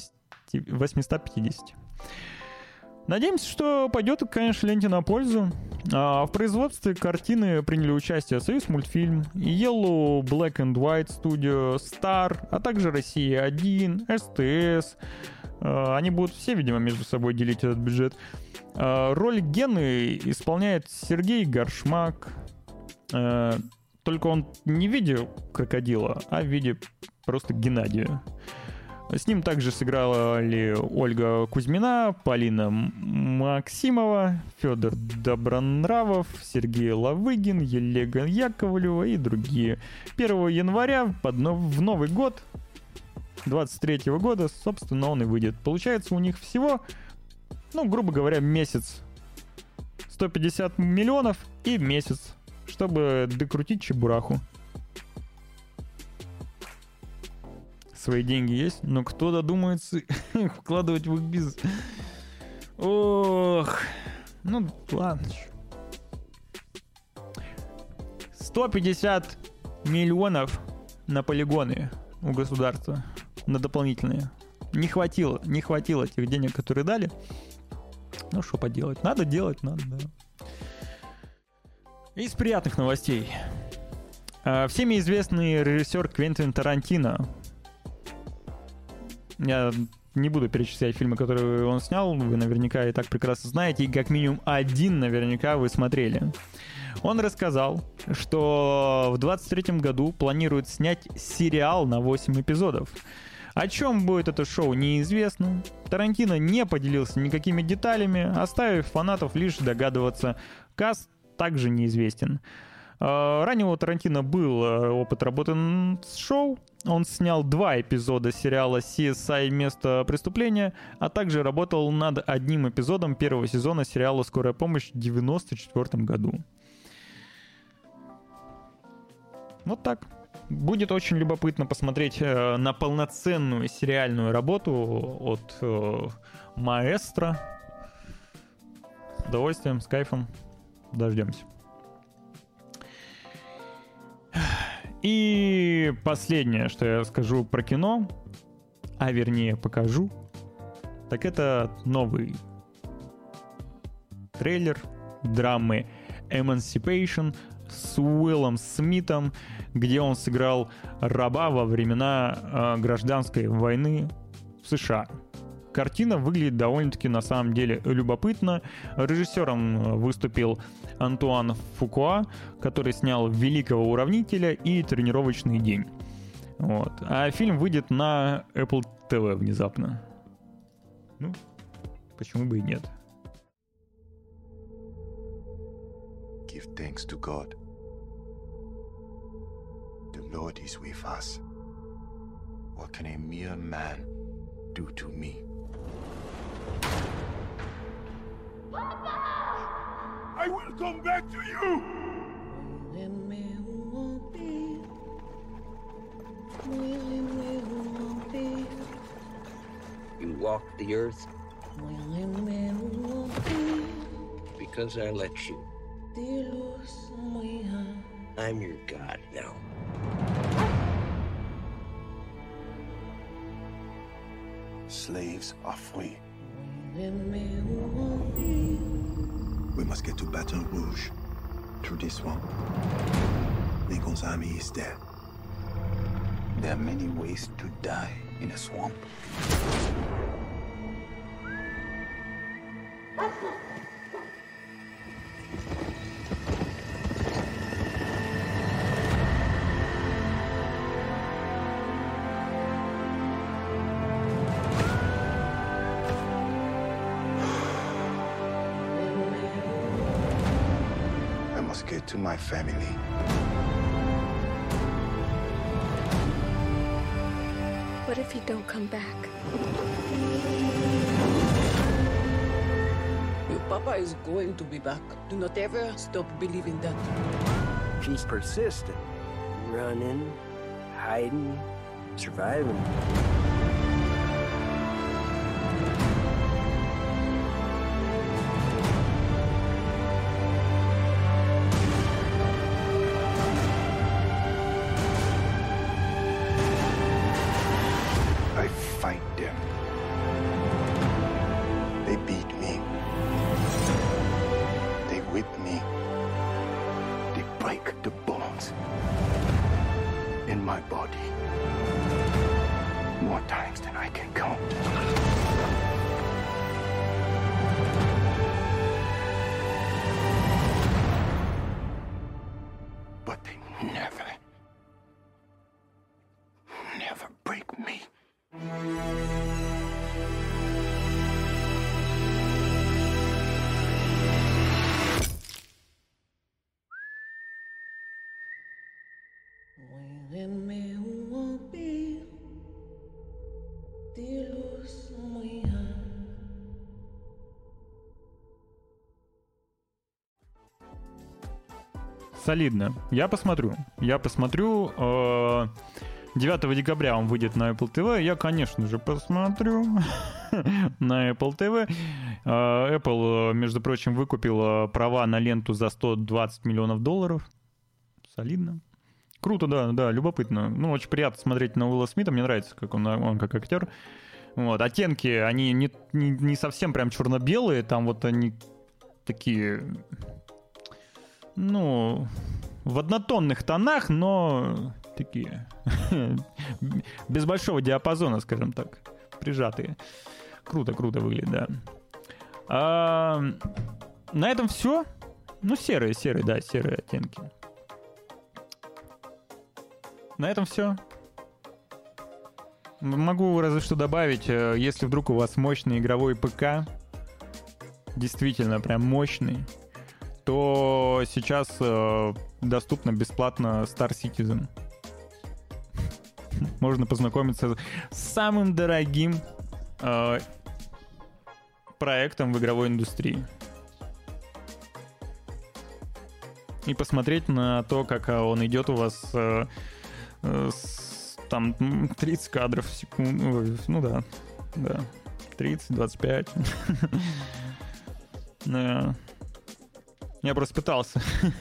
850. Надеемся, что пойдет, конечно, ленте на пользу. В производстве картины приняли участие Союз мультфильм, Yellow Black and White Studio, Star, а также Россия-1, СТС. Они будут все, видимо, между собой делить этот бюджет. Роль Гены исполняет Сергей Горшмак. Только он не в виде крокодила, а в виде просто Геннадия. С ним также сыграли Ольга Кузьмина, Полина Максимова, Федор Добронравов, Сергей Лавыгин, Елена Яковлева и другие. 1 января в Новый год 23 года, собственно, он и выйдет. Получается, у них всего, грубо говоря, месяц. 150 миллионов и месяц, чтобы докрутить Чебураху. Свои деньги есть, но кто додумается вкладывать в их бизнес? Ох, ладно. 150 миллионов на полигоны у государства, на дополнительные. Не хватило тех денег, которые дали. Ну, что поделать? Надо делать, надо, да. Из приятных новостей. Всеми известный режиссер Квентин Тарантино. Я не буду перечислять фильмы, которые он снял, вы наверняка и так прекрасно знаете, и как минимум один наверняка вы смотрели. Он рассказал, что в 2023 году планирует снять сериал на 8 эпизодов. О чем будет это шоу, неизвестно. Тарантино не поделился никакими деталями, оставив фанатов лишь догадываться. Каст также неизвестен. Ранее у Тарантино был опыт работы с шоу. Он снял 2 эпизода сериала CSI «Место преступления», а также работал над одним эпизодом первого сезона сериала «Скорая помощь» в 1994 году. Вот так. Будет очень любопытно посмотреть на полноценную сериальную работу от маэстро. С удовольствием, с кайфом. Дождемся. И последнее, что я скажу про кино, а вернее покажу, так это новый трейлер драмы Emancipation с Уиллом Смитом, где он сыграл раба во времена гражданской войны в США. Картина выглядит довольно-таки на самом деле любопытно. Режиссером выступил Антуан Фукуа, который снял «Великого уравнителя» и «Тренировочный день». Вот. А фильм выйдет на Apple TV внезапно. Ну, почему бы и нет. Give thanks to God. The Lord is with us. What can a mere man do to me? I will come back to you! You walked the earth because I let you. I'm your God now. Slaves are free. We must get to Baton Rouge through this swamp. Lincoln's army is dead. There are many ways to die in a swamp. I must get to my family. What if you don't come back? Your papa is going to be back. Do not ever stop believing that. She's persistent. Running, hiding, surviving. I fight them. They beat me. They whip me. They break the bones in my body more times than I can count. But they never break me. Солидно. Я посмотрю. 9 декабря он выйдет на Apple TV. Я, конечно же, посмотрю на Apple TV. Apple, между прочим, выкупил права на ленту за $120 миллионов. Солидно. Круто, да, любопытно. Ну, очень приятно смотреть на Уилла Смита. Мне нравится, как он как актер. Вот. Оттенки, они не совсем прям черно-белые. Там вот они такие... Ну, в однотонных тонах, но такие без большого диапазона, скажем так, прижатые. Круто выглядит, да. На этом все. Ну, серые оттенки. На этом все. Могу разве что добавить, если вдруг у вас мощный игровой ПК, действительно прям мощный, то сейчас доступно бесплатно Star Citizen. Можно познакомиться с самым дорогим проектом в игровой индустрии. И посмотреть на то, как он идет у вас Там 30 кадров в секунду. Ну да. 30-25. Да. Я просто пытался.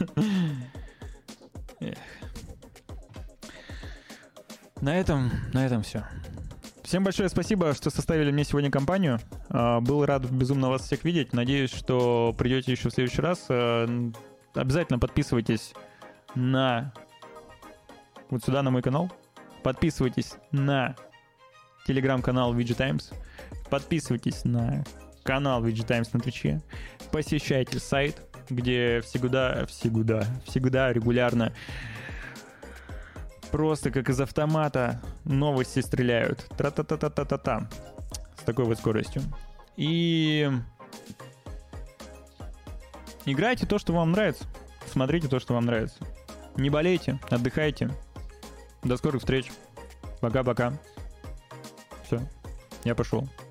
На этом все. Всем большое спасибо, что составили мне сегодня компанию. Был рад безумно вас всех видеть. Надеюсь, что придете еще в следующий раз. Обязательно подписывайтесь на вот сюда, на мой канал. Подписывайтесь на телеграм-канал VG Times. Подписывайтесь на канал VG Times на Твиче. Посещайте сайт, где всегда регулярно просто как из автомата новости стреляют. Тра-та-та-та-та-та-та. С такой вот скоростью. И играйте то, что вам нравится. Смотрите то, что вам нравится. Не болейте, отдыхайте. До скорых встреч. Пока-пока. Все, я пошел.